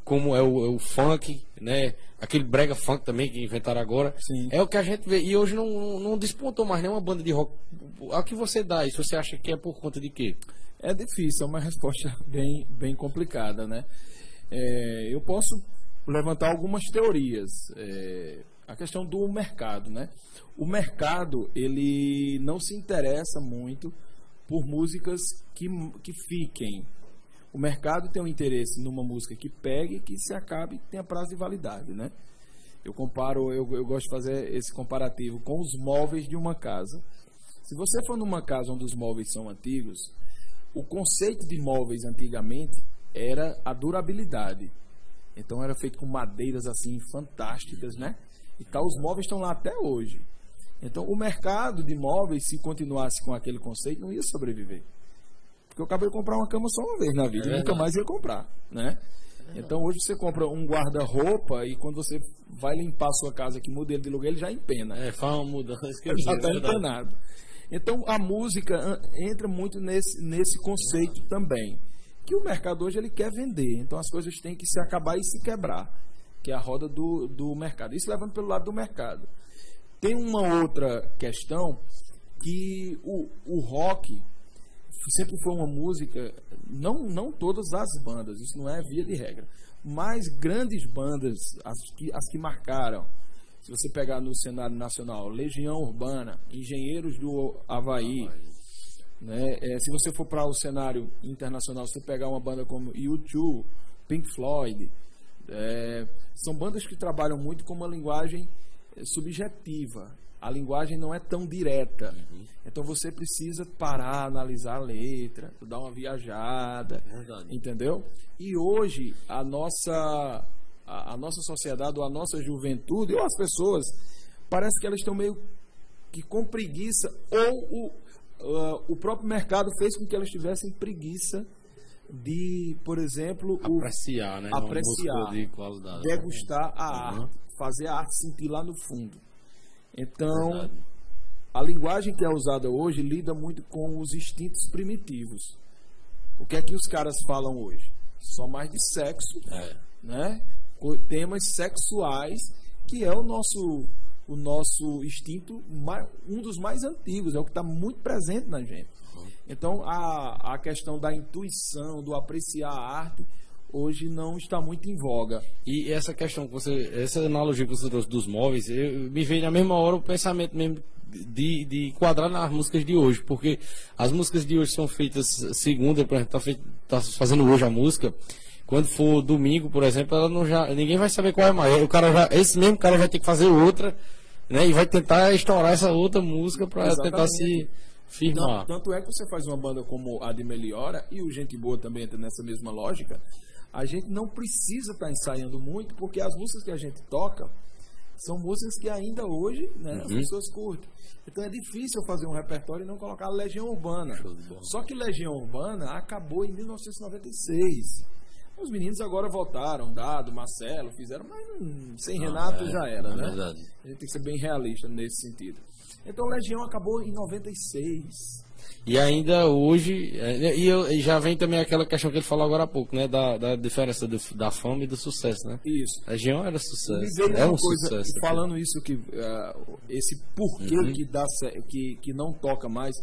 como é o, é o funk, né? Aquele brega funk também que inventaram agora. Sim. É o que a gente vê. E hoje não, não, não despontou mais nenhuma banda de rock. A que você dá isso? Você acha que é por conta de quê? É difícil, é uma resposta bem, bem complicada, né? É, eu posso levantar algumas teorias. É, a questão do mercado, né? O mercado, ele não se interessa muito por músicas que, que fiquem. O mercado tem um interesse numa música que pegue, que se acabe, que tenha prazo de validade, né? Eu comparo, eu, eu gosto de fazer esse comparativo com os móveis de uma casa. Se você for numa casa onde os móveis são antigos, o conceito de móveis antigamente era a durabilidade. Então era feito com madeiras assim fantásticas, né? E tal, os móveis estão lá até hoje. Então o mercado de móveis, se continuasse com aquele conceito, não ia sobreviver. Porque eu acabei de comprar uma cama só uma vez na vida, é e nunca mais ia comprar, né? É então hoje você compra um guarda-roupa e quando você vai limpar a sua casa, que muda ele de lugar, ele já empena. É, faz uma mudança que eu já está empenado. Então a música entra muito nesse, nesse conceito também. Que o mercado hoje ele quer vender. Então as coisas têm que se acabar e se quebrar. Que é a roda do, do mercado. Isso levando pelo lado do mercado. Tem uma outra questão que o, o rock sempre foi uma música, não, não todas as bandas, isso não é via de regra, mas grandes bandas, as que, as que marcaram, se você pegar no cenário nacional, Legião Urbana, Engenheiros do Havaí, né? É, se você for para o cenário internacional, você pegar uma banda como U dois, Pink Floyd, é, são bandas que trabalham muito com uma linguagem subjetiva. A linguagem não é tão direta. Uhum. Então você precisa parar, analisar a letra, dar uma viajada, verdade. Entendeu? E hoje a nossa, a, a nossa sociedade, ou a nossa juventude, ou as pessoas, parece que elas estão meio que com preguiça, ou o, uh, o próprio mercado fez com que elas tivessem preguiça de, por exemplo, apreciar, o, né? apreciar, de qualidade, degustar né? a uhum. arte, fazer a arte sentir lá no fundo. Então, verdade. A linguagem que é usada hoje lida muito com os instintos primitivos. O que é que os caras falam hoje? Só mais de sexo, é. né? Temas sexuais, que é o nosso, o nosso instinto, mais, um dos mais antigos, é o que está muito presente na gente. Uhum. Então, a, a questão da intuição, do apreciar a arte, hoje não está muito em voga. E essa questão que você, essa analogia que você trouxe dos móveis, eu, me veio na mesma hora o pensamento mesmo de, de enquadrar nas músicas de hoje, porque as músicas de hoje são feitas segunda, por exemplo, está tá fazendo hoje a música, quando for domingo, por exemplo, ela não já, ninguém vai saber qual é mais. O cara já, esse mesmo cara vai ter que fazer outra, né, e vai tentar estourar essa outra música para tentar se firmar. Tanto, tanto é que você faz uma banda como a de Meliora, e o Gente Boa também entra nessa mesma lógica. A gente não precisa estar ensaiando muito, porque as músicas que a gente toca são músicas que ainda hoje, né, uhum. as pessoas curtem. Então é difícil fazer um repertório e não colocar Legião Urbana. Só que Legião Urbana acabou em mil novecentos e noventa e seis. Os meninos agora voltaram, Dado, Marcelo, fizeram, mas hum, sem ah, Renato é, já era, é né? Verdade. A gente tem que ser bem realista nesse sentido. Então Legião acabou em noventa e seis. E ainda hoje, e, eu, e já vem também aquela questão que ele falou agora há pouco, né? Da, da diferença do, da fama e do sucesso, né? Isso. A Legião era sucesso. É um coisa, sucesso. E falando isso, que uh, esse porquê uhum. que, dá, que, que não toca mais,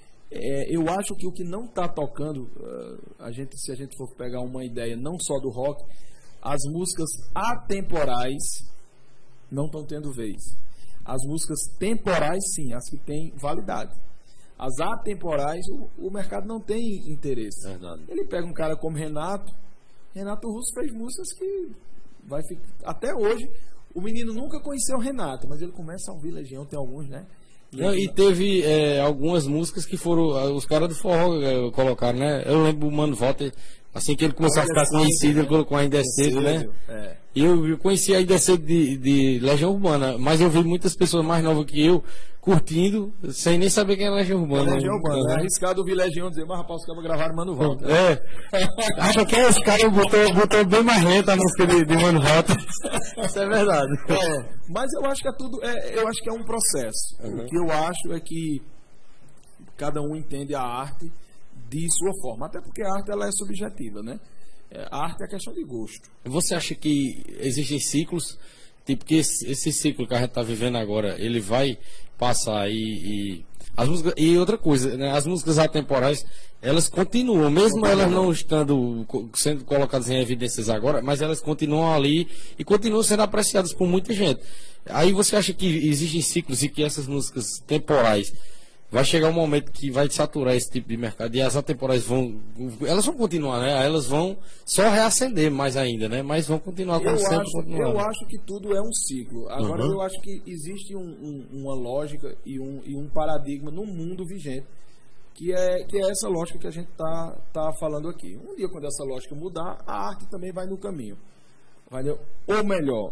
é, eu acho que o que não está tocando, uh, a gente, se a gente for pegar uma ideia não só do rock, as músicas atemporais não estão tendo vez. As músicas temporais, sim, as que têm validade. As atemporais, o, o mercado não tem interesse. Verdade. Ele pega um cara como Renato. Renato Russo fez músicas que vai ficar. Até hoje, o menino nunca conheceu o Renato, mas ele começa a ouvir Legião, tem alguns, né? E, Não, e teve é, algumas músicas que foram. Os caras do forró é, colocaram, né? Eu lembro o Mano Walter, assim que ele começou a ficar conhecido, ele colocou Ainda é Cedo, né? É. E eu, eu conheci Ainda é Cedo de, de Legião Urbana, mas eu vi muitas pessoas mais novas que eu curtindo, sem nem saber quem é Legião Urbana. É Legião Urbana. É arriscado ouvir Legião dizer, mas rapaz, os caras gravaram Mano Walter. É. Acho que esse cara botou, botou bem mais lenta a música de, de Mano Walter. Isso é verdade. É. Mas eu acho que é tudo, é, eu acho que é um processo. Uhum. O que eu acho é que cada um entende a arte de sua forma. Até porque a arte ela é subjetiva, né? É, a arte é questão de gosto. Você acha que existem ciclos, tipo que esse, esse ciclo que a gente está vivendo agora, ele vai passar e, e as músicas, e outra coisa, né, as músicas atemporais, elas continuam, mesmo elas não estando sendo colocadas em evidências agora, mas elas continuam ali e continuam sendo apreciadas por muita gente. Aí você acha que existem ciclos e que essas músicas temporais vai chegar um momento que vai saturar esse tipo de mercado e as atemporais vão, elas vão continuar, né? Elas vão só reacender mais ainda, né? Mas vão continuar como eu sempre acho, continuando. eu acho que tudo é um ciclo. Agora Uhum. eu acho que existe um, um, uma lógica e um, e um paradigma no mundo vigente que é, que é essa lógica que a gente está tá falando aqui. Um dia, quando essa lógica mudar, a arte também vai no caminho. Vai no, ou melhor,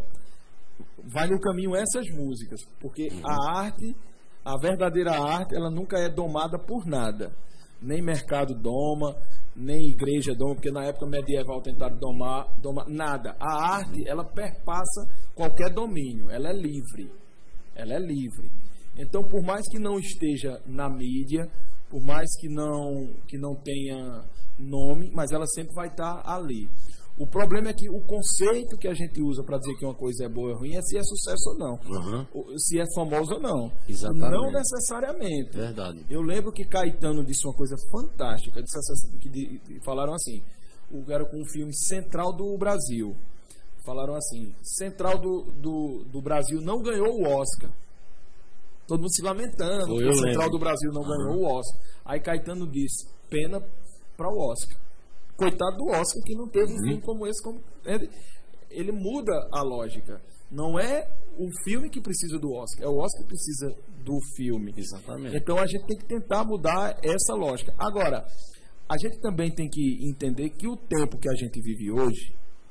vai no caminho essas músicas, porque uhum. a arte, a verdadeira arte, ela nunca é domada por nada. Nem mercado doma, nem igreja doma, porque na época medieval tentaram domar, domar nada. A arte, ela perpassa qualquer domínio, ela é livre. Ela é livre. Então, por mais que não esteja na mídia, por mais que não, que não tenha nome, mas ela sempre vai estar ali. O problema é que o conceito que a gente usa para dizer que uma coisa é boa ou ruim é se é sucesso ou não. Uhum. Se é famoso ou não. Exatamente. Não necessariamente. Verdade. Eu lembro que Caetano disse uma coisa fantástica. Disse assim, que de, de, falaram assim, o era com um filme Central do Brasil. Falaram assim, Central do, do, do Brasil não ganhou o Oscar. Todo mundo se lamentando, Foi, que o Central lembro. do Brasil não uhum. ganhou o Oscar. Aí Caetano disse, pena para o Oscar. Coitado do Oscar que não teve um filme como esse. Como... Ele, ele muda a lógica. Não é o filme que precisa do Oscar, é o Oscar que precisa do filme. Exatamente. Então a gente tem que tentar mudar essa lógica. Agora, a gente também tem que entender que o tempo que a gente vive hoje,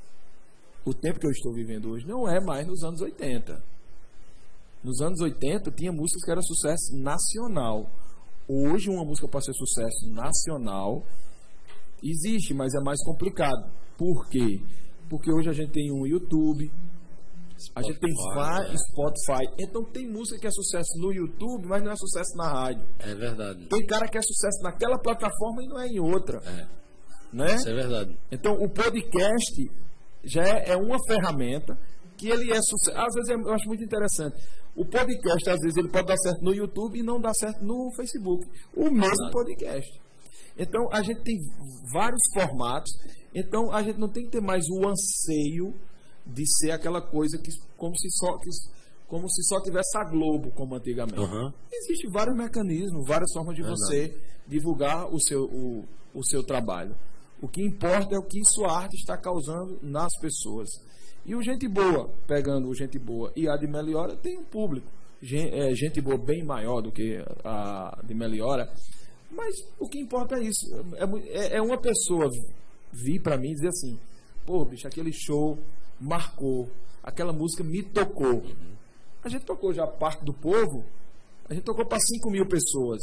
o tempo que eu estou vivendo hoje, não é mais nos anos oitenta. Nos anos oitenta tinha músicas que eram sucesso nacional. Hoje uma música para ser sucesso nacional existe, mas é mais complicado. Por quê? Porque hoje a gente tem um YouTube, Spotify, a gente tem vários Spotify. Então tem música que é sucesso no YouTube, mas não é sucesso na rádio. É verdade. Tem cara que é sucesso naquela plataforma e não é em outra. É. Né? Isso é verdade. Então o podcast já é, é uma ferramenta que ele é sucesso. Às vezes eu acho muito interessante. O podcast, às vezes, ele pode dar certo no YouTube e não dar certo no Facebook. O mesmo podcast. Então, a gente tem vários formatos. Então, a gente não tem que ter mais o anseio de ser aquela coisa que como se só, que, como se só tivesse a Globo, como antigamente. Uhum. Existem vários mecanismos, várias formas de é você não. divulgar o seu, o, o seu trabalho. O que importa é o que sua arte está causando nas pessoas. E o Gente Boa, pegando o Gente Boa e a de Meliora, tem um público. Gente, é, gente Boa bem maior do que a de Meliora. Mas o que importa é isso. É, é uma pessoa vir para mim e dizer assim, pô, bicho, aquele show marcou, aquela música me tocou. A gente tocou já parte do povo, a gente tocou para cinco mil pessoas.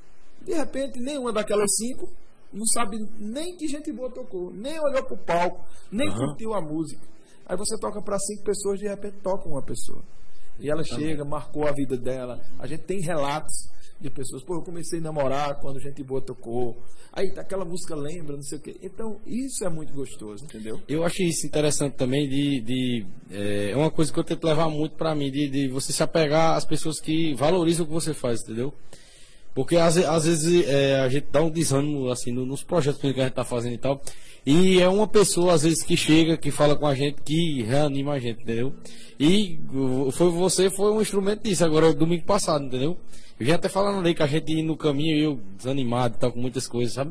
De repente, nenhuma daquelas cinco não sabe nem que Gente Boa tocou, nem olhou pro palco, nem uhum. curtiu a música. Aí você toca para cinco pessoas, de repente toca uma pessoa. E ela Também. chega, marcou a vida dela. A gente tem relatos de pessoas. Pô, eu comecei a namorar quando Gente Boa tocou. Aí aquela música lembra, não sei o quê. Então, isso é muito gostoso, entendeu? Eu acho isso interessante também de... de é uma coisa que eu tento levar muito para mim, de, de você se apegar às pessoas que valorizam o que você faz, entendeu? Porque às, às vezes é, a gente dá um desânimo assim, no, nos projetos que a gente está fazendo e tal. E é uma pessoa, às vezes, que chega, que fala com a gente, que reanima a gente, entendeu? E foi, você foi um instrumento disso, agora, domingo passado, entendeu? Eu já até falando ali que a gente ia no caminho, eu desanimado e tal, com muitas coisas, sabe?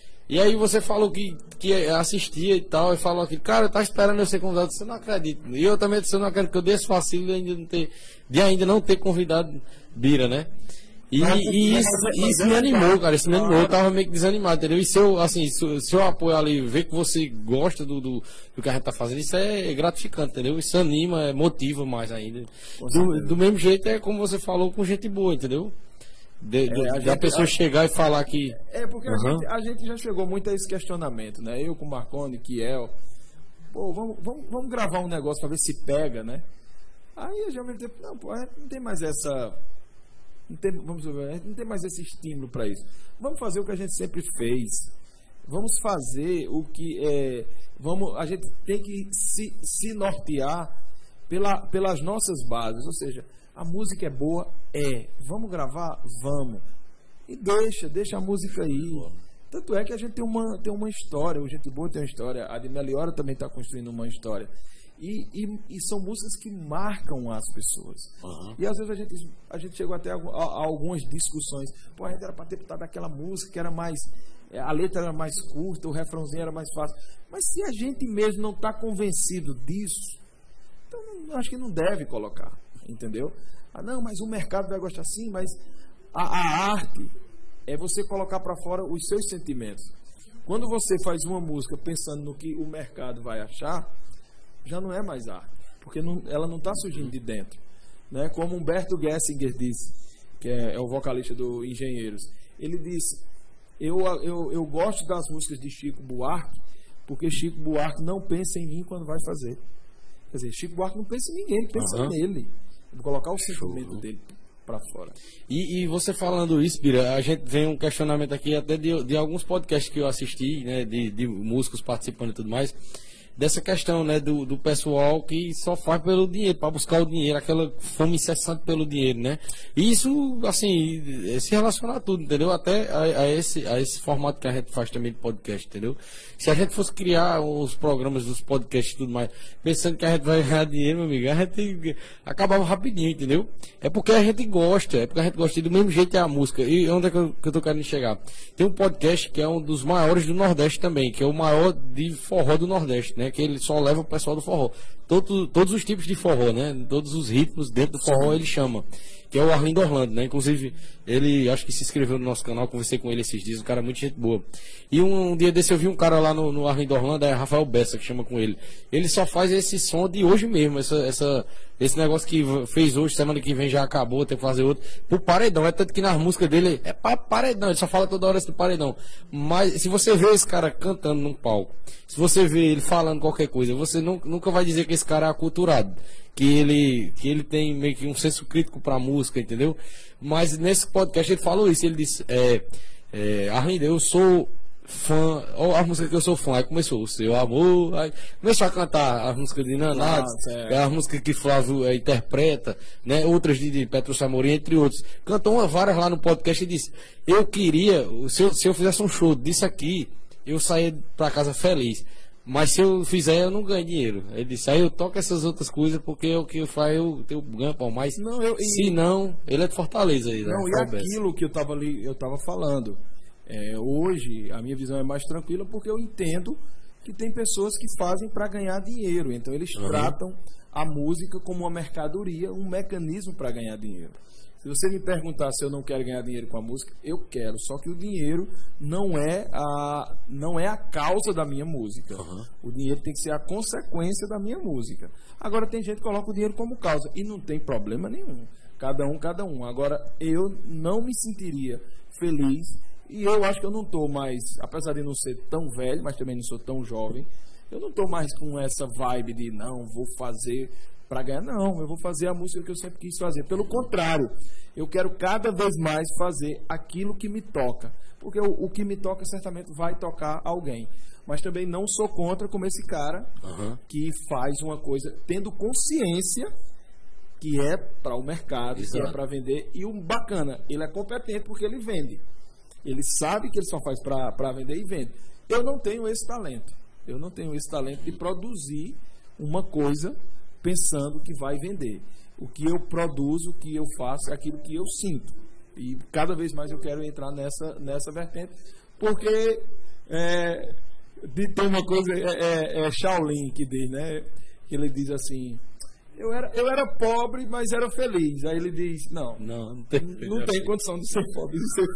E aí você falou que, que assistia e tal, e falou aqui, cara, eu tava esperando eu ser convidado, você não acredita. E eu também disse, eu não acredito que eu dei esse vacilo de ainda não ter, de ainda não ter convidado Bira, né? E, e isso, isso me animou, cara, isso me animou, eu tava meio que desanimado, entendeu? E se eu, assim, se, se eu apoio ali, ver que você gosta do, do, do que a gente tá fazendo, isso é gratificante, entendeu? Isso anima, é, motiva mais ainda. Do, do mesmo jeito é como você falou com Gente Boa, entendeu? De, de, é, a, gente, a pessoa a, chegar e falar que... É, porque uhum. a, gente, a gente já chegou muito a esse questionamento, né? Eu com o Marconi, Kiel, pô, vamos, vamos, vamos gravar um negócio pra ver se pega, né? Aí a gente tempo, não, pô, a gente não tem mais essa... Não tem, vamos ver, não tem mais esse estímulo para isso. Vamos fazer o que a gente sempre fez. vamos fazer o que é, vamos, a gente tem que se, se nortear pela, pelas nossas bases, ou seja, a música é boa, é, vamos gravar, vamos, e deixa, deixa a música aí. Tanto é que a gente tem uma, tem uma história, o Gente Boa tem uma história, a de Meliora também está construindo uma história. E, e, e são músicas que marcam as pessoas. Uhum. E às vezes a gente, a gente chegou até a, a, a algumas discussões. Pô, a gente era para ter botado aquela música que era mais. A letra era mais curta, o refrãozinho era mais fácil. Mas se a gente mesmo não está convencido disso, então não, acho que não deve colocar. Entendeu? Ah, não, mas o mercado vai gostar sim, mas a, a arte é você colocar para fora os seus sentimentos. Quando você faz uma música pensando no que o mercado vai achar, já não é mais arte, porque não, ela não está surgindo de dentro, né? Como Humberto Gessinger disse, que é, é o vocalista do Engenheiros, ele disse, eu, eu, eu gosto das músicas de Chico Buarque, porque Chico Buarque não pensa em mim quando vai fazer. Quer dizer, Chico Buarque não pensa em ninguém, ele pensa uhum. nele. Vou colocar o sentimento Show. dele para fora. E, e você falando isso, Bira, a gente vem um questionamento aqui até de, de alguns podcasts que eu assisti, né, de, de músicos participando e tudo mais, dessa questão, né, do, do pessoal que só faz pelo dinheiro, para buscar o dinheiro, aquela fome incessante pelo dinheiro, né? E isso, assim, se relaciona a tudo, entendeu? Até a, a, esse, a esse formato que a gente faz também de podcast, entendeu? Se a gente fosse criar os programas dos podcasts e tudo mais, pensando que a gente vai ganhar dinheiro, meu amigo, a gente acabava rapidinho, entendeu? É porque a gente gosta, é porque a gente gosta, e do mesmo jeito é a música. E onde é que eu, que eu tô querendo chegar? Tem um podcast que é um dos maiores do Nordeste também, que é o maior de forró do Nordeste, né? Que ele só leva o pessoal do forró. Todo, todos os tipos de forró, né? Todos os ritmos dentro do forró ele chama. Que é o Arlindo Orlando, né? Inclusive, ele acho que se inscreveu no nosso canal, conversei com ele esses dias, um cara muito gente boa. E um, um dia desse eu vi um cara lá no, no Arlindo Orlando, é Rafael Bessa, que chama com ele. Ele só faz esse som de hoje mesmo, essa, essa, esse negócio que fez hoje, semana que vem já acabou, tem que fazer outro. Pro paredão, é tanto que nas músicas dele é pra paredão, ele só fala toda hora esse paredão. Mas se você vê esse cara cantando num palco, se você vê ele falando qualquer coisa, você nunca, nunca vai dizer que esse cara é aculturado. Que ele, que ele tem meio que um senso crítico pra música, entendeu? Mas nesse podcast ele falou isso, ele disse, é, é, Arlindo, eu sou fã, ó, a música que eu sou fã, aí começou o seu amor, aí começou a cantar as músicas de Nanados, é a música que Flávio é, interpreta, né? Outras de, de Petro Samorim, entre outros. Cantou uma, várias lá no podcast e disse, eu queria, se eu, se eu fizesse um show disso aqui, eu saía pra casa feliz. Mas se eu fizer, eu não ganho dinheiro. Ele disse, aí eu toco essas outras coisas porque o que eu faço, eu tenho ganho pão. Mas não, eu, se e... não, ele é de Fortaleza aí. Não, né? E aquilo que eu estava ali, eu estava falando. É, hoje, a minha visão é mais tranquila porque eu entendo que tem pessoas que fazem para ganhar dinheiro. Então, eles uhum. tratam a música como uma mercadoria, um mecanismo para ganhar dinheiro. Se você me perguntar se eu não quero ganhar dinheiro com a música, eu quero. Só que o dinheiro não é a, não é a causa da minha música. Uhum. O dinheiro tem que ser a consequência da minha música. Agora, tem gente que coloca o dinheiro como causa. E não tem problema nenhum. Cada um, cada um. Agora, eu não me sentiria feliz. E eu acho que eu não estou mais, apesar de não ser tão velho, mas também não sou tão jovem, eu não estou mais com essa vibe de, não, vou fazer para ganhar. Não, eu vou fazer a música que eu sempre quis fazer. Pelo contrário, eu quero cada vez mais fazer aquilo que me toca. Porque o, o que me toca certamente vai tocar alguém. Mas também não sou contra como esse cara uhum. que faz uma coisa tendo consciência que é para o mercado, Exato. que é para vender. E o bacana, ele é competente porque ele vende. Ele sabe que ele só faz para vender e vende. Eu não tenho esse talento. Eu não tenho esse talento de produzir uma coisa pensando que vai vender. O que eu produzo, o que eu faço, é aquilo que eu sinto. E cada vez mais eu quero entrar nessa, nessa vertente. Porque é, tem uma coisa, é, é, é Shaolin que diz, né? Que ele diz assim... Eu era, eu era pobre, mas era feliz. Aí ele diz, não, não, não tem, não tem condição de ser pobre e ser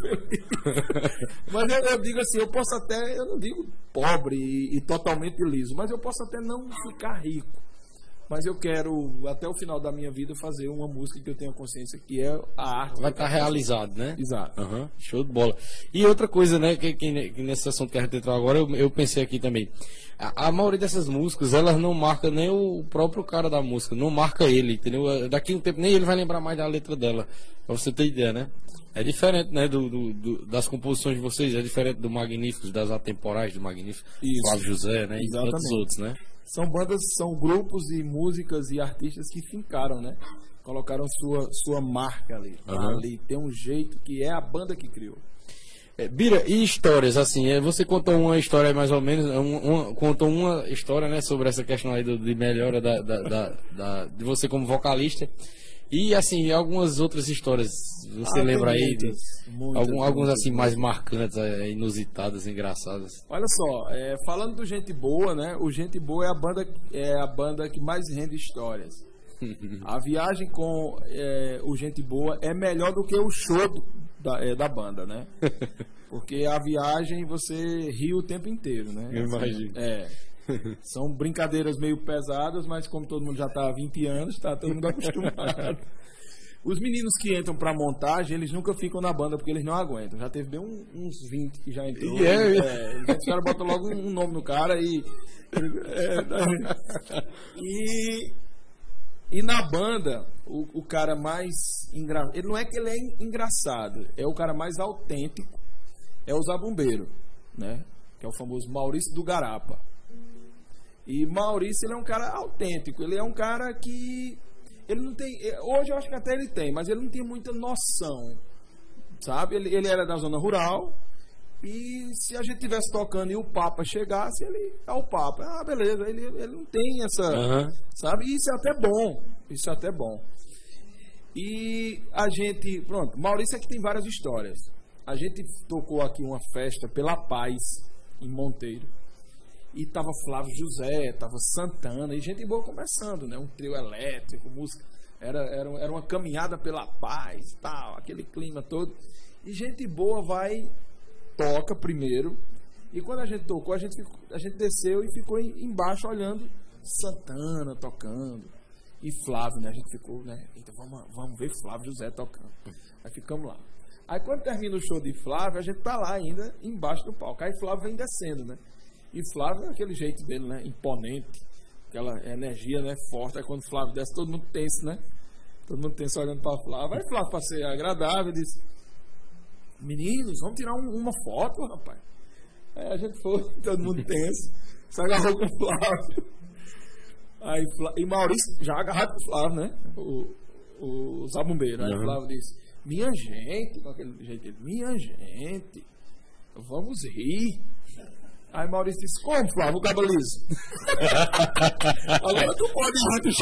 feliz. Mas eu, eu digo assim, eu posso até, eu não digo pobre e, e totalmente liso, mas eu posso até não ficar rico. mas eu quero, até o final da minha vida, fazer uma música que eu tenha consciência que é a arte. Vai estar realizado, né? Exato. Uhum, show de bola. E outra coisa, né, que, que, que nesse assunto que a gente entrou agora, eu, eu pensei aqui também. A, a maioria dessas músicas, elas não marcam nem o próprio cara da música, não marca ele, entendeu? Daqui a um tempo nem ele vai lembrar mais da letra dela, pra você ter ideia, né? É diferente, né, do, do, do, das composições de vocês, é diferente do Magníficos, das atemporais do Magnífico, Flávio José, né? E tantos outros, né? São bandas, são grupos e músicas e artistas que fincaram, né? Colocaram sua, sua marca ali. Uhum. Ali tem um jeito que é a banda que criou. É, Bira, e histórias, assim, é, você contou uma história mais ou menos, um, uma, contou uma história, né, sobre essa questão aí do, de melhora da, da, da, da, de você como vocalista. E, assim, algumas outras histórias, você ah, lembra aí? Muitas, muitas, algum, muitas, alguns, assim, muitas. mais marcantes, inusitadas, engraçadas. Olha só, é, falando do Gente Boa, né? O Gente Boa é a banda, é a banda que mais rende histórias. A viagem com é, o Gente Boa é melhor do que o show da, é, da banda, né? Porque a viagem você ri o tempo inteiro, né? Eu imagino. É. São brincadeiras meio pesadas, mas como todo mundo já está há vinte anos, está todo mundo acostumado. Os meninos que entram para montagem, eles nunca ficam na banda porque eles não aguentam. Já teve bem um, uns vinte que já entrou. Yeah, é, os caras botam logo um nome no cara e... É, e, e na banda, o, o cara mais engraçado... Ele não é que ele é engraçado, é o cara mais autêntico, é o Zabumbeiro, né? Que é o famoso Maurício do Garapa. E Maurício, ele é um cara autêntico, ele é um cara que ele não tem, hoje eu acho que até ele tem, mas ele não tem muita noção, sabe? Ele, ele era da zona rural e se a gente tivesse tocando e o Papa chegasse, ele é o Papa. Ah, beleza, ele, ele não tem essa, uhum. sabe? E isso é até bom, isso é até bom. E a gente, pronto, Maurício aqui tem várias histórias. A gente tocou aqui uma festa pela Paz, em Monteiro. E tava Flávio José, tava Santana, e gente boa conversando, né? Um trio elétrico, música. Era, era, era uma caminhada pela paz, tal, aquele clima todo. E gente boa vai, toca primeiro. E quando a gente tocou, a gente, ficou, a gente desceu e ficou embaixo olhando Santana tocando. E Flávio, né? A gente ficou, né? Então vamos, vamos ver Flávio José tocando. Aí ficamos lá. Aí quando termina o show de Flávio, a gente tá lá ainda embaixo do palco. Aí Flávio vem descendo, né? E Flávio é aquele jeito dele, né? Imponente, aquela energia, né? Forte. Aí quando Flávio desce, todo mundo tenso, né? Todo mundo tenso olhando para Flávio. Aí Flávio, para ser agradável, disse: meninos, vamos tirar um, uma foto, rapaz. Aí a gente foi, todo mundo tenso, se agarrou com o Flávio. Aí, e Maurício já agarrado com o Flávio, né? O, o Zabumbeiro. Aí o uhum. Flávio disse: minha gente, com aquele jeito dele, minha gente, vamos rir. Aí Maurício disse: como, Flávio, o cabo liso? Agora tu pode rir do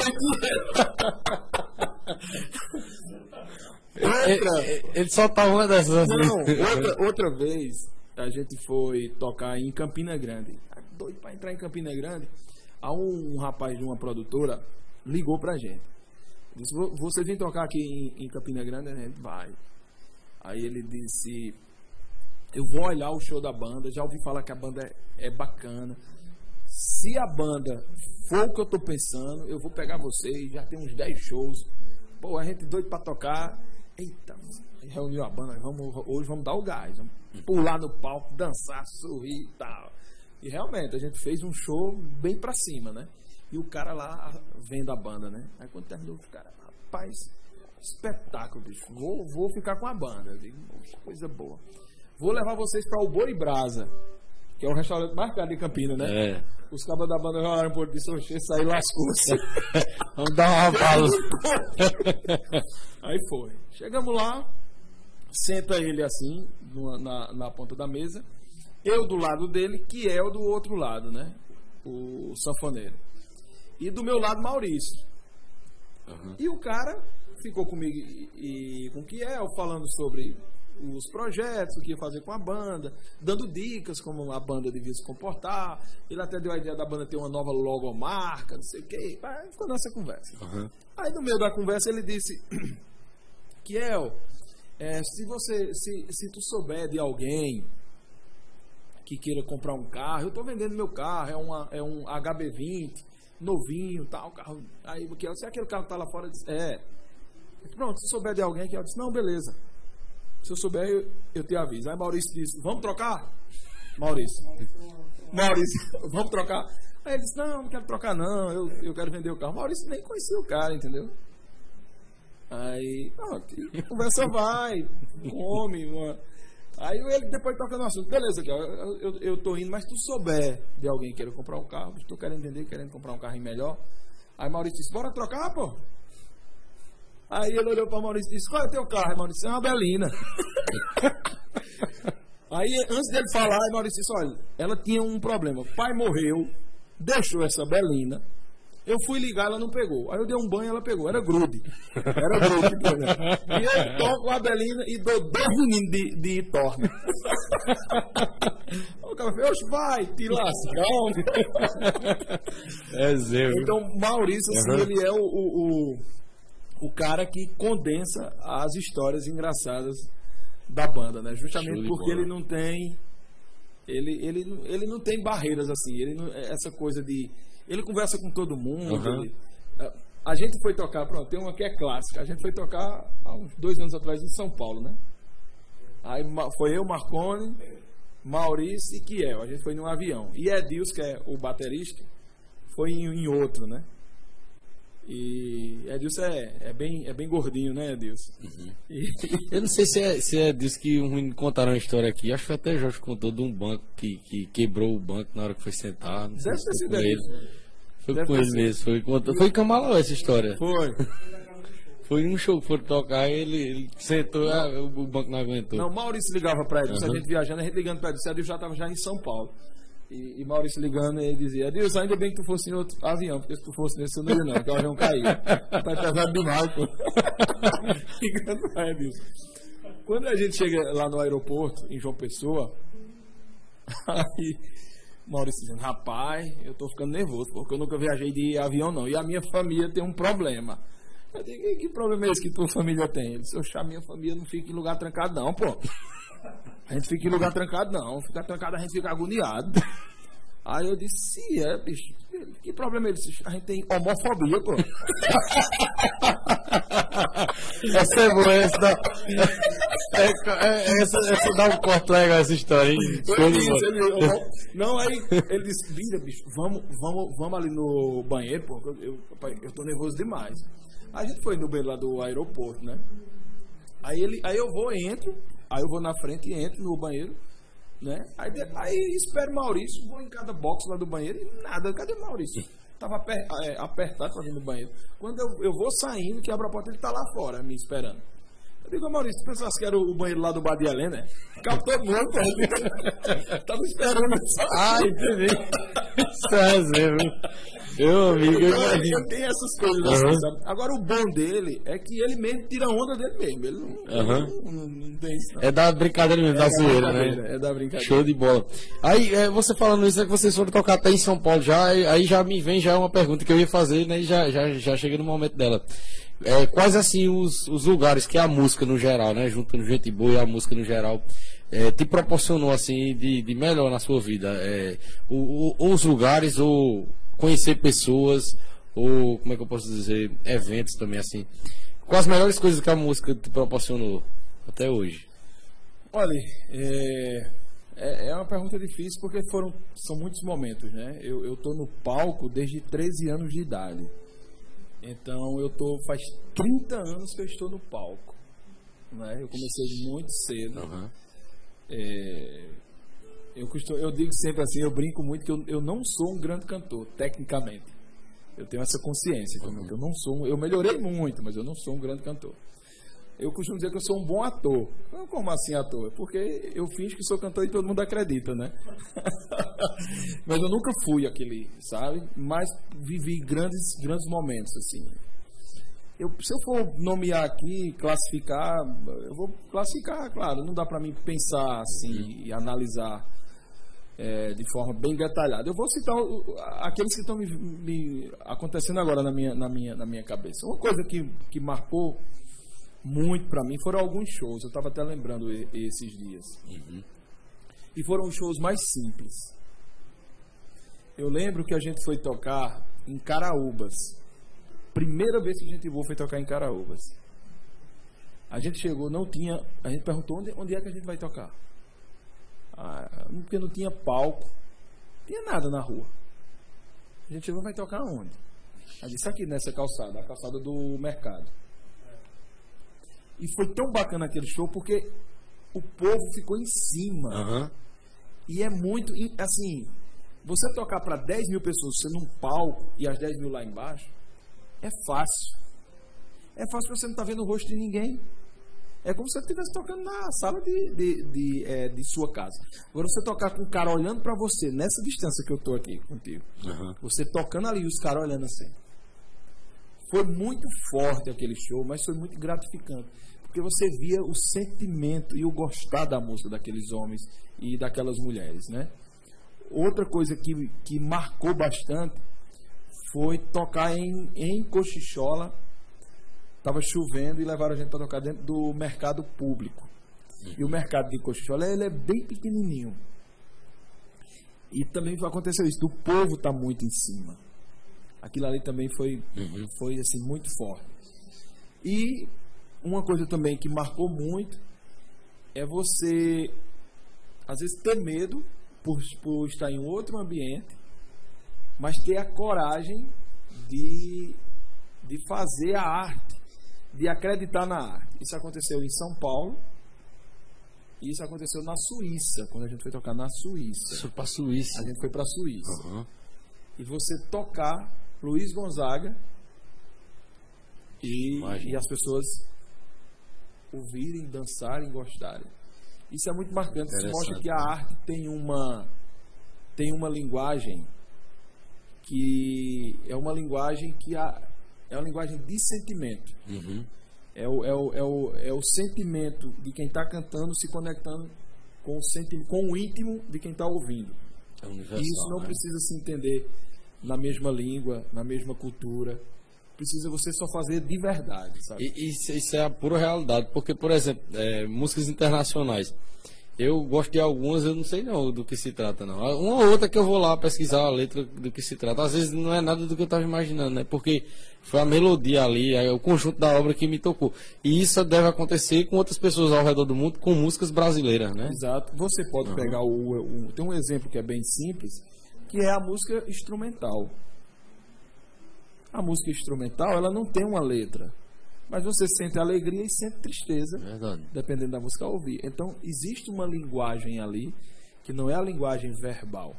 jeito ele, ele só tá uma dessas assim. Não, outra, outra vez a gente foi tocar em Campina Grande. Doido pra entrar em Campina Grande. Aí um, um rapaz de uma produtora ligou pra gente. Disse: você vem tocar aqui em, em Campina Grande? A gente vai. Aí ele disse: eu vou olhar o show da banda, já ouvi falar que a banda é, é bacana. Se a banda for o que eu tô pensando, eu vou pegar vocês, já tem uns dez shows. Pô, a gente doido pra tocar. Eita, reuniu a banda, vamos, hoje vamos dar o gás. Vamos pular no palco, dançar, sorrir e tal. E realmente, a gente fez um show bem pra cima, né? E o cara lá vendo a banda, né? Aí quando terminou, o cara, rapaz, espetáculo, bicho. Vou, vou ficar com a banda. Eu digo, coisa boa. Vou levar vocês para o Boi Brasa, que é o restaurante mais caro de Campina, né? É. Os cabos da banda olharam por isso, e saíram lascou-se. Vamos dar uma pausa. Aí foi. Chegamos lá, senta ele assim, numa, na, na ponta da mesa. Eu do lado dele, que é o do outro lado, né? O sanfoneiro. E do meu lado, Maurício. Uhum. E o cara ficou comigo e, e com o Kiel, falando sobre os projetos, o que ia fazer com a banda, dando dicas como a banda devia se comportar. Ele até deu a ideia da banda ter uma nova logomarca, não sei o que. Aí ficou nessa conversa. Uhum. Aí no meio da conversa ele disse: Kiel, é, se você se, se tu souber de alguém que queira comprar um carro, eu tô vendendo meu carro, é, uma, é um H B vinte, novinho, tal, carro. Aí, porque se aquele carro tá lá fora, eu disse, é. Pronto, se souber de alguém que eu disse, não, beleza. Se eu souber, eu, eu te aviso. Aí Maurício disse, vamos trocar? Maurício. Maurício, vamos trocar? Aí ele disse, não, não quero trocar não, eu, eu quero vender o carro. Maurício nem conhecia o cara, entendeu? Aí, ó, a conversa vai, come, uma... Aí ele depois toca no assunto, beleza, aqui, ó, eu, eu, eu tô indo, mas se tu souber de alguém que queira comprar um carro, estou querendo entender, querendo comprar um carrinho melhor. Aí Maurício disse, bora trocar, pô. Aí ele olhou para Maurício e disse, qual é o teu carro? Aí Maurício disse, é uma Belina. Aí antes dele falar, aí Maurício disse, olha, ela tinha um problema, o pai morreu, deixou essa Belina. Eu fui ligar, ela não pegou. Aí eu dei um banho, ela pegou. Era grude. Era grude. E eu toco a Belina e dou dois meninos de, de torna. O cara falou, oxe, vai, te lascar. É zero. Então, Maurício, assim, uhum. ele é o, o, o, o cara que condensa as histórias engraçadas da banda, né? Justamente porque ele não tem... Ele, ele, ele não tem barreiras, assim. Ele não, essa coisa de... Ele conversa com todo mundo. Uhum. Ele, a, a gente foi tocar, pronto, tem uma que é clássica. A gente foi tocar há uns dois anos atrás em São Paulo, né? Aí foi eu, Marconi, Maurício e Kiel. A gente foi num avião. E Edilson, que é o baterista, foi em, em outro, né? E Edilson é, é, bem, é bem gordinho, né, Edilson? Uhum. E... Eu não sei se é, se é disso que um contaram a história aqui. Acho que até Jorge contou de um banco que, que quebrou o banco na hora que foi sentar. Não Deve ter sido ele. Foi Deve com ele mesmo. Foi, foi em Camalão essa história. Foi. Foi um show que foram tocar e ele, ele sentou, ah, o banco não aguentou. Não, Maurício ligava para Edilson, uhum. a gente viajando, a gente ligando para Edilson, Edilson já estava já em São Paulo. E, e Maurício ligando, ele dizia, Edilson, ainda bem que tu fosse em outro avião, porque se tu fosse nesse eu não ia não, porque o avião caiu. Tá pesado demais, pô. Ligando pra Edilson. Quando a gente chega lá no aeroporto, em João Pessoa, aí Maurício dizendo, rapaz, eu tô ficando nervoso, porque eu nunca viajei de avião não, e a minha família tem um problema. Eu digo, que problema é esse que tua família tem? Ele disse, oxa, a minha família não fica em lugar trancado não, pô. A gente fica em lugar trancado não, ficar trancado a gente fica agoniado. Aí eu disse, sim, é, bicho, que problema é esse? A gente tem homofobia, pô. Essa é boa, essa dá, é, é, essa, essa dá um corte legal essa história, hein? Disse, ele, não, aí ele disse, vira, bicho, vamos, vamos, vamos ali no banheiro, pô, eu, eu, eu tô nervoso demais. A gente foi no banheiro lá do aeroporto, né? Aí, ele, aí eu vou, entro, aí eu vou na frente e entro no banheiro, né? Aí, aí espero Maurício, vou em cada box lá do banheiro e nada, cadê Maurício? Tava aper, é, apertado pra vir no banheiro. Quando eu, eu vou saindo, que abre a porta, ele tá lá fora, me esperando. Eu digo, Maurício, tu pensasse que era o banheiro lá do Badia Helena, né? Captou muito, tava esperando. Ah, entendi. Isso é zero. Meu amigo, eu imagino. Eu tenho essas coisas assim, uhum. sabe? Agora, o bom dele é que ele mesmo tira onda dele mesmo. Ele não, uhum. não, não, não tem isso, não. É da brincadeira mesmo, é da zoeira, né? É da brincadeira. Show de bola. Aí, é, você falando isso, é que vocês foram tocar até em São Paulo já, aí já me vem já uma pergunta que eu ia fazer, né? E já, já, já chega no momento dela. É, quais, assim, os, os lugares que a música no geral, né? Junto no Gente Boa e a música no geral, é, te proporcionou, assim, de, de melhor na sua vida? É, o, o, os lugares, ou conhecer pessoas, ou, como é que eu posso dizer, eventos também, assim. Quais as melhores coisas que a música te proporcionou até hoje? Olha, é, é, é uma pergunta difícil porque foram, são muitos momentos, né? Eu, eu tô no palco desde treze anos de idade. Então, eu tô, faz trinta anos que eu estou no palco, né? Eu comecei muito cedo. Uhum. É, eu, costumo, eu digo sempre assim, eu brinco muito que eu, eu não sou um grande cantor, tecnicamente. Eu tenho essa consciência, uhum. que eu não sou, eu melhorei muito, mas eu não sou um grande cantor. Eu costumo dizer que eu sou um bom ator. Como assim ator? Porque eu finjo que sou cantor e todo mundo acredita, né? Mas eu nunca fui aquele, sabe? Mas vivi grandes, grandes momentos, assim. Eu, se eu for nomear aqui, classificar, eu vou classificar, claro. Não dá pra mim pensar assim e analisar é, de forma bem detalhada. Eu vou citar aqueles que estão me, me acontecendo agora na minha, na minha, na minha cabeça. Uma coisa que, que marcou muito pra mim foram alguns shows. Eu estava até lembrando esses dias. Uhum. E foram os shows mais simples. Eu lembro que a gente foi tocar em Caraúbas. Primeira vez que a gente voou foi tocar em Caraúbas. A gente chegou, não tinha... A gente perguntou onde, onde é que a gente vai tocar. Ah, porque não tinha palco. Não tinha nada na rua. A gente chegou, vai tocar onde? A gente disse aqui nessa calçada, a calçada do mercado. E foi tão bacana aquele show porque o povo ficou em cima. Uhum. E é muito... Assim, você tocar para dez mil pessoas, você num palco e as dez mil lá embaixo, é fácil. É fácil porque você não está vendo o rosto de ninguém. É como se você estivesse tocando na sala de, de, de, é, de sua casa. Agora, você tocar com o cara olhando para você, nessa distância que eu estou aqui contigo, uhum. Você tocando ali e os caras olhando assim. Foi muito forte aquele show, mas foi muito gratificante. Porque você via o sentimento e o gostar da música daqueles homens e daquelas mulheres, né? Outra coisa que, que marcou bastante foi tocar em, em Cochichola. Estava chovendo e levaram a gente para tocar dentro do mercado público. Uhum. E o mercado de Cochichola, ele é bem pequenininho. E também aconteceu isso, o povo está muito em cima. Aquilo ali também foi, uhum. foi assim, muito forte. E uma coisa também que marcou muito é você, às vezes, ter medo por, por estar em outro ambiente, mas ter a coragem de, de fazer a arte, de acreditar na arte. Isso aconteceu em São Paulo e isso aconteceu na Suíça, quando a gente foi tocar na Suíça. Isso para a Suíça. A gente foi para a Suíça. Uhum. E você tocar Luiz Gonzaga e, e as pessoas ouvirem, dançarem, gostarem. Isso é muito marcante. Isso mostra que a arte tem uma, tem uma linguagem que é uma linguagem que a, é uma linguagem de sentimento. Uhum. É, o, é, o, é, o, é o sentimento de quem está cantando se conectando com o, senti com o íntimo de quem está ouvindo. É universal, e isso não né? precisa se entender na mesma língua, na mesma cultura. Precisa você só fazer de verdade, sabe? E, isso, isso é a pura realidade. Porque, por exemplo, é, músicas internacionais. Eu gosto de algumas, eu não sei não do que se trata, não. Uma ou outra que eu vou lá pesquisar a letra do que se trata. Às vezes não é nada do que eu estava imaginando, né? Porque foi a melodia ali, o conjunto da obra que me tocou. E isso deve acontecer com outras pessoas ao redor do mundo, com músicas brasileiras, né? Exato. Você pode uhum. pegar o, o... Tem um exemplo que é bem simples, que é a música instrumental. A música instrumental, ela não tem uma letra. Mas você sente alegria e sente tristeza, verdade, dependendo da música a ouvir. Então, existe uma linguagem ali que não é a linguagem verbal,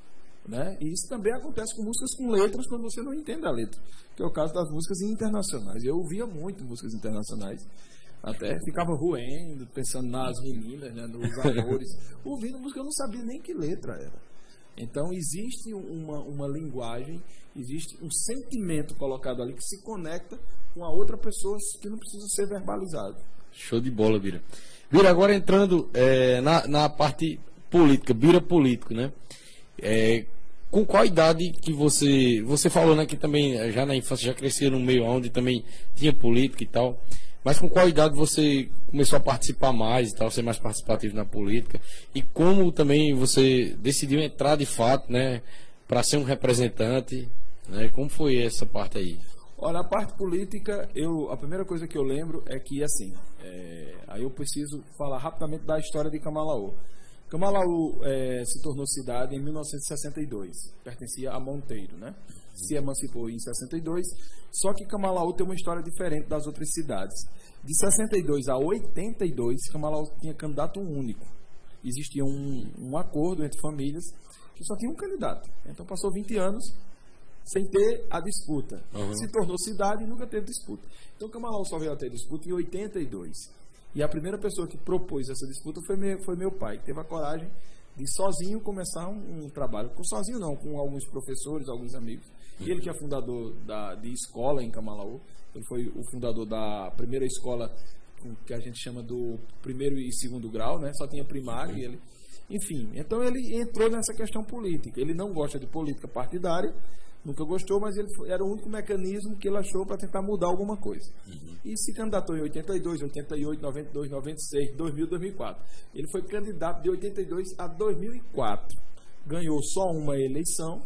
né? E isso também acontece com músicas com letras quando você não entende a letra, que é o caso das músicas internacionais. Eu ouvia muito músicas internacionais, até ficava roendo, pensando nas meninas, né, nos amores. Ouvindo música, eu não sabia nem que letra era. Então, existe uma, uma linguagem, existe um sentimento colocado ali que se conecta com a outra pessoa que não precisa ser verbalizado. Show de bola, Bira. Bira, agora entrando é, na, na parte política, Bira político, né? É, com qual idade que você... Você falou, né, que também já na infância já crescia no meio onde também tinha política e tal. Mas com qual idade você começou a participar mais e tal, ser mais participativo na política? E como também você decidiu entrar de fato, né, para ser um representante, né? Como foi essa parte aí? Olha, a parte política, eu, a primeira coisa que eu lembro é que, assim, é, aí eu preciso falar rapidamente da história de Camalaú. Camalaú é, se tornou cidade em mil novecentos e sessenta e dois, pertencia a Monteiro, né? Se emancipou em sessenta e dois, só que Camalaú tem uma história diferente das outras cidades. De sessenta e dois a oitenta e dois, Camalaú tinha candidato único. Existia um, um acordo entre famílias que só tinha um candidato. Então passou vinte anos sem ter a disputa. Uhum. Se tornou cidade e nunca teve disputa. Então Camalaú só veio a ter disputa em oitenta e dois. E a primeira pessoa que propôs essa disputa foi meu, foi meu pai, que teve a coragem de sozinho começar um, um trabalho. Com sozinho não, com alguns professores, alguns amigos. E ele que é fundador da, de escola em Camalaú. Ele foi o fundador da primeira escola que a gente chama do primeiro e segundo grau, né? Só tinha primário. E ele, enfim, então ele entrou nessa questão política. Ele não gosta de política partidária, nunca gostou, mas ele era o único mecanismo que ele achou para tentar mudar alguma coisa. Uhum. E se candidatou em oitenta e dois, oitenta e oito, noventa e dois, noventa e seis, dois mil, dois mil e quatro. Ele foi candidato de oitenta e dois a dois mil e quatro. Ganhou só uma eleição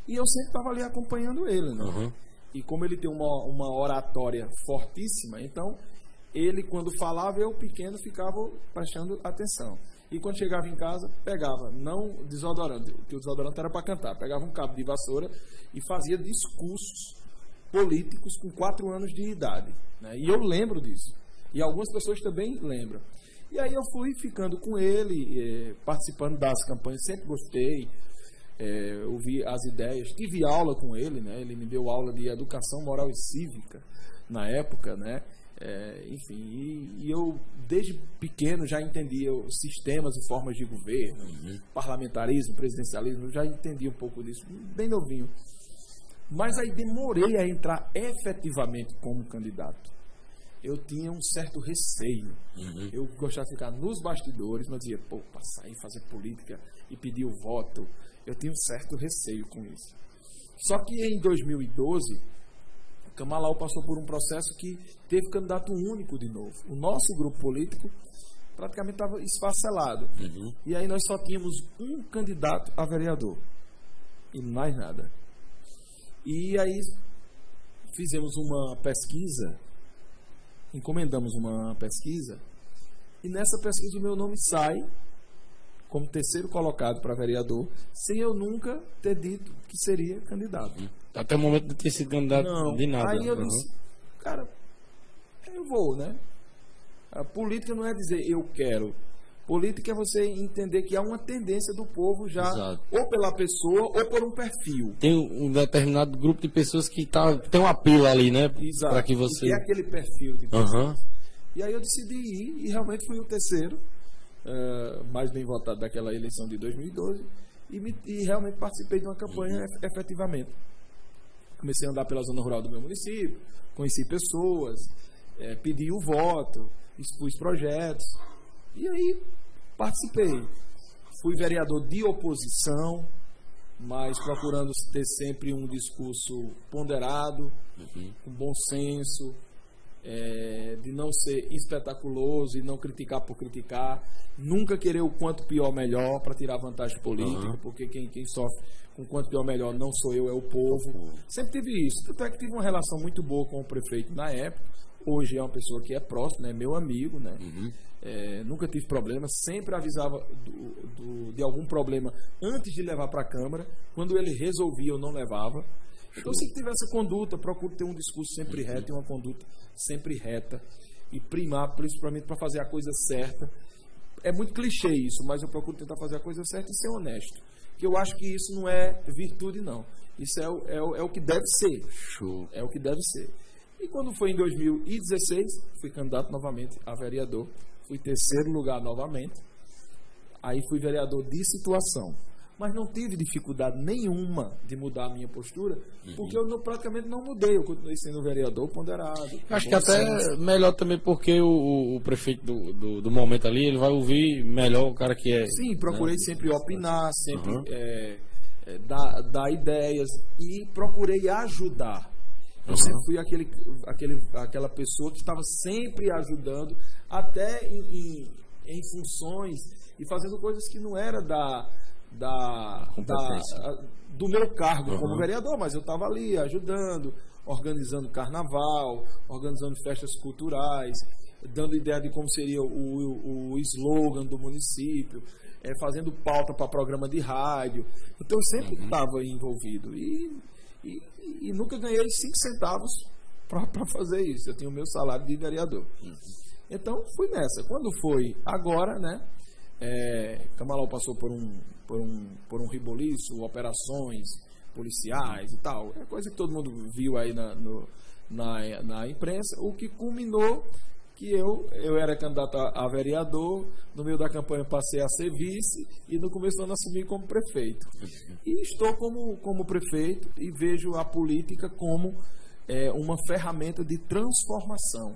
E eu sempre estava ali acompanhando ele, né? Uhum. E como ele tem uma, uma oratória fortíssima, então ele, quando falava, eu pequeno ficava prestando atenção. E quando chegava em casa, pegava, não desodorante, porque o desodorante era para cantar, pegava um cabo de vassoura e fazia discursos políticos com quatro anos de idade, né? E eu lembro disso. E algumas pessoas também lembram. E aí eu fui ficando com ele, eh, participando das campanhas, sempre gostei, eh, ouvi as ideias, tive aula com ele, né? Ele me deu aula de educação moral e cívica na época, né? É, enfim, e, e eu desde pequeno já entendia os sistemas e formas de governo, uhum. parlamentarismo, presidencialismo, eu já entendia um pouco disso, bem novinho. Mas aí demorei a entrar efetivamente como candidato. Eu tinha um certo receio. Uhum. Eu gostava de ficar nos bastidores, mas dizia, pô, passar e fazer política e pedir o voto, eu tinha um certo receio com isso. Só que em dois mil e doze, Kamalau passou por um processo que teve candidato único de novo. O nosso grupo político praticamente estava esfacelado. Uhum. E aí nós só tínhamos um candidato a vereador. E mais nada. E aí fizemos uma pesquisa, encomendamos uma pesquisa, e nessa pesquisa o meu nome sai como terceiro colocado para vereador, sem eu nunca ter dito que seria candidato. Uhum. Até o momento de ter sido candidato não, de nada. Aí eu uhum. disse, cara, eu vou, né? A política não é dizer eu quero. Política é você entender que há uma tendência do povo já, Exato. Ou pela pessoa, ou por um perfil. Tem um determinado grupo de pessoas que tá, tem um apelo ali, né? Para que você... E que é aquele perfil de pessoas. Uhum. E aí eu decidi ir, e realmente fui o terceiro, uh, mais bem votado daquela eleição de dois mil e doze, e, me, e realmente participei de uma campanha uhum. efetivamente. Comecei a andar pela zona rural do meu município, conheci pessoas, é, pedi o voto, expus projetos, e aí participei. Fui vereador de oposição, mas procurando ter sempre um discurso ponderado, uhum. com bom senso, é, de não ser espetaculoso e não criticar por criticar, nunca querer o quanto pior melhor para tirar vantagem política, uhum. porque quem, quem sofre com quanto pior melhor não sou eu, é o povo. Uhum. Sempre tive isso. Tanto é que tive uma relação muito boa com o prefeito na época. Hoje é uma pessoa que é próxima, é meu amigo, né? Uhum. É, nunca tive problema, sempre avisava do, do, de algum problema antes de levar para a Câmara. Quando ele resolvia, eu não levava. Então, se tiver essa conduta, procuro ter um discurso sempre reto e uma conduta sempre reta. E primar, principalmente para fazer a coisa certa. É muito clichê isso, mas eu procuro tentar fazer a coisa certa e ser honesto. Que eu acho que isso não é virtude, não. Isso é o, é o, é o que deve ser. Show. É o que deve ser. E quando foi em dois mil e dezesseis, fui candidato novamente a vereador. Fui terceiro lugar novamente. Aí fui vereador de situação. Mas não tive dificuldade nenhuma de mudar a minha postura, uhum. porque eu não, praticamente não mudei. Eu continuei sendo vereador ponderado. Acho que até é melhor também porque o, o prefeito do, do, do momento ali, ele vai ouvir melhor o cara que é... Sim, procurei, né, sempre opinar, sempre uhum. é, é, dar, dar ideias e procurei ajudar. Eu uhum. sempre fui aquele, aquele, aquela pessoa que estava sempre ajudando, até em, em, em funções e fazendo coisas que não era da... Da, da, do meu cargo uhum. como vereador, mas eu estava ali ajudando, organizando carnaval, organizando festas culturais, dando ideia de como seria o, o, o slogan do município, é, fazendo pauta para programa de rádio. Então eu sempre estava uhum. envolvido e, e, e nunca ganhei cinco centavos para fazer isso. Eu tinha o meu salário de vereador. Uhum. Então fui nessa. Quando foi agora, né? É, Kamalau passou por um, por um, por um reboliço, operações policiais e tal. É coisa que todo mundo viu aí na, no, na, na imprensa, o que culminou que eu, eu era candidato a, a vereador, no meio da campanha passei a ser vice e no começo do ano assumi como prefeito. E estou como, como prefeito e vejo a política como é, uma ferramenta de transformação.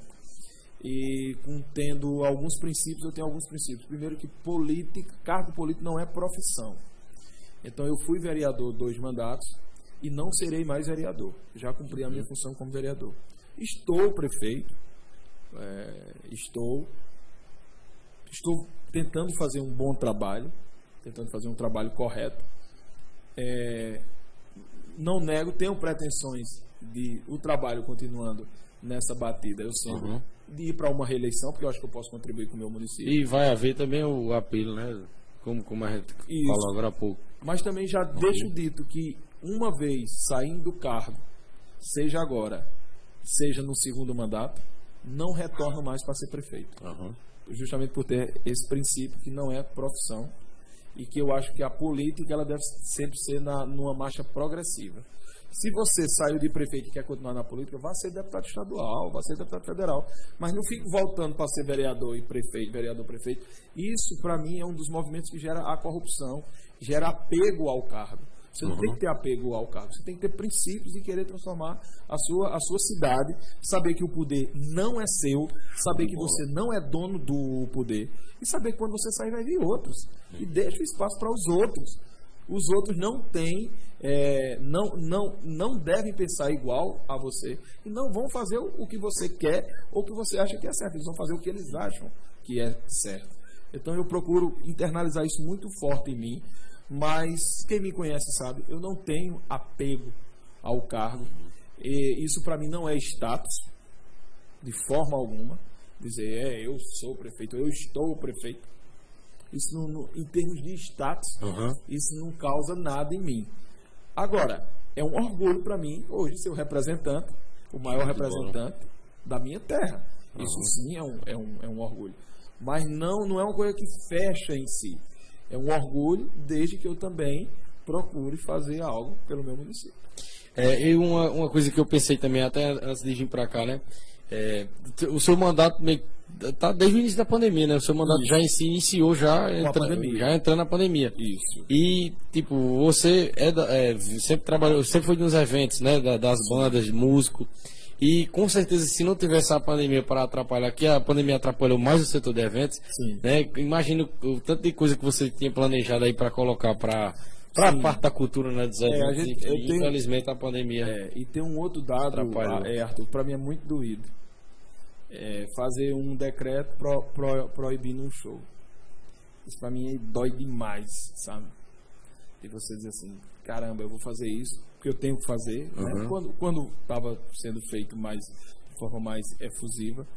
E com, tendo alguns princípios, eu tenho alguns princípios. Primeiro que política, cargo político não é profissão. Então eu fui vereador dois mandatos e não serei mais vereador. Já cumpri a minha função como vereador. Estou prefeito, é, estou, estou tentando fazer um bom trabalho, tentando fazer um trabalho correto. É, não nego, tenho pretensões de o trabalho continuando nessa batida, eu sempre uhum. de ir para uma reeleição, porque eu acho que eu posso contribuir com o meu município. E vai haver também o apelo, né? Como, como a gente Isso. falou agora há pouco. Mas também já uhum. deixo dito que uma vez saindo do cargo, seja agora, seja no segundo mandato, não retorno mais para ser prefeito. Uhum. Justamente por ter esse princípio que não é profissão e que eu acho que a política ela deve sempre ser na, numa marcha progressiva. Se você saiu de prefeito e quer continuar na política, vá ser deputado estadual, vá ser deputado federal. Mas não fique voltando para ser vereador e prefeito, vereador prefeito. Isso, para mim, é um dos movimentos que gera a corrupção, gera apego ao cargo. Você não uhum. tem que ter apego ao cargo, você tem que ter princípios e querer transformar a sua, a sua cidade, saber que o poder não é seu, saber que você não é dono do poder e saber que quando você sair vai vir outros. E deixa o espaço para os outros. Os outros não têm, é, não, não, não devem pensar igual a você e não vão fazer o, o que você quer ou o que você acha que é certo. Eles vão fazer o que eles acham que é certo. Então eu procuro internalizar isso muito forte em mim, mas quem me conhece sabe, eu não tenho apego ao cargo. E isso para mim não é status, de forma alguma. Dizer, é, eu sou prefeito, eu estou prefeito. Isso, não, no, em termos de status, uhum. isso não causa nada em mim. Agora, é um orgulho para mim, hoje, ser o representante, o maior Muito representante bom. da minha terra. Uhum. Isso sim é um, é, um, é um orgulho. Mas não, não é uma coisa que fecha em si. É um orgulho desde que eu também procure fazer algo pelo meu município. É, e uma, uma coisa que eu pensei também, até antes de vir para cá, né? É, o seu mandato meio tá desde o início da pandemia, né? O seu mandato Isso. já se iniciou já, entra, já entrando na pandemia. Isso. E tipo, você é, da, é sempre trabalhou, sempre foi nos eventos, né? Da, das bandas, músico. E com certeza, se não tivesse a pandemia para atrapalhar, que a pandemia atrapalhou mais o setor de eventos, Sim. né? Imagino o tanto de coisa que você tinha planejado aí para colocar para para a parte da cultura, né? Dos eventos, é, a gente, e, tenho, infelizmente a pandemia. É, e tem um outro dado, é, Arthur, para mim é muito doído. É fazer um decreto pro, pro, proibindo um show. Isso para mim dói demais, sabe? E você dizer assim, caramba, eu vou fazer isso porque eu tenho que fazer, uhum. né? Quando quando estava sendo feito mais de forma mais efusiva.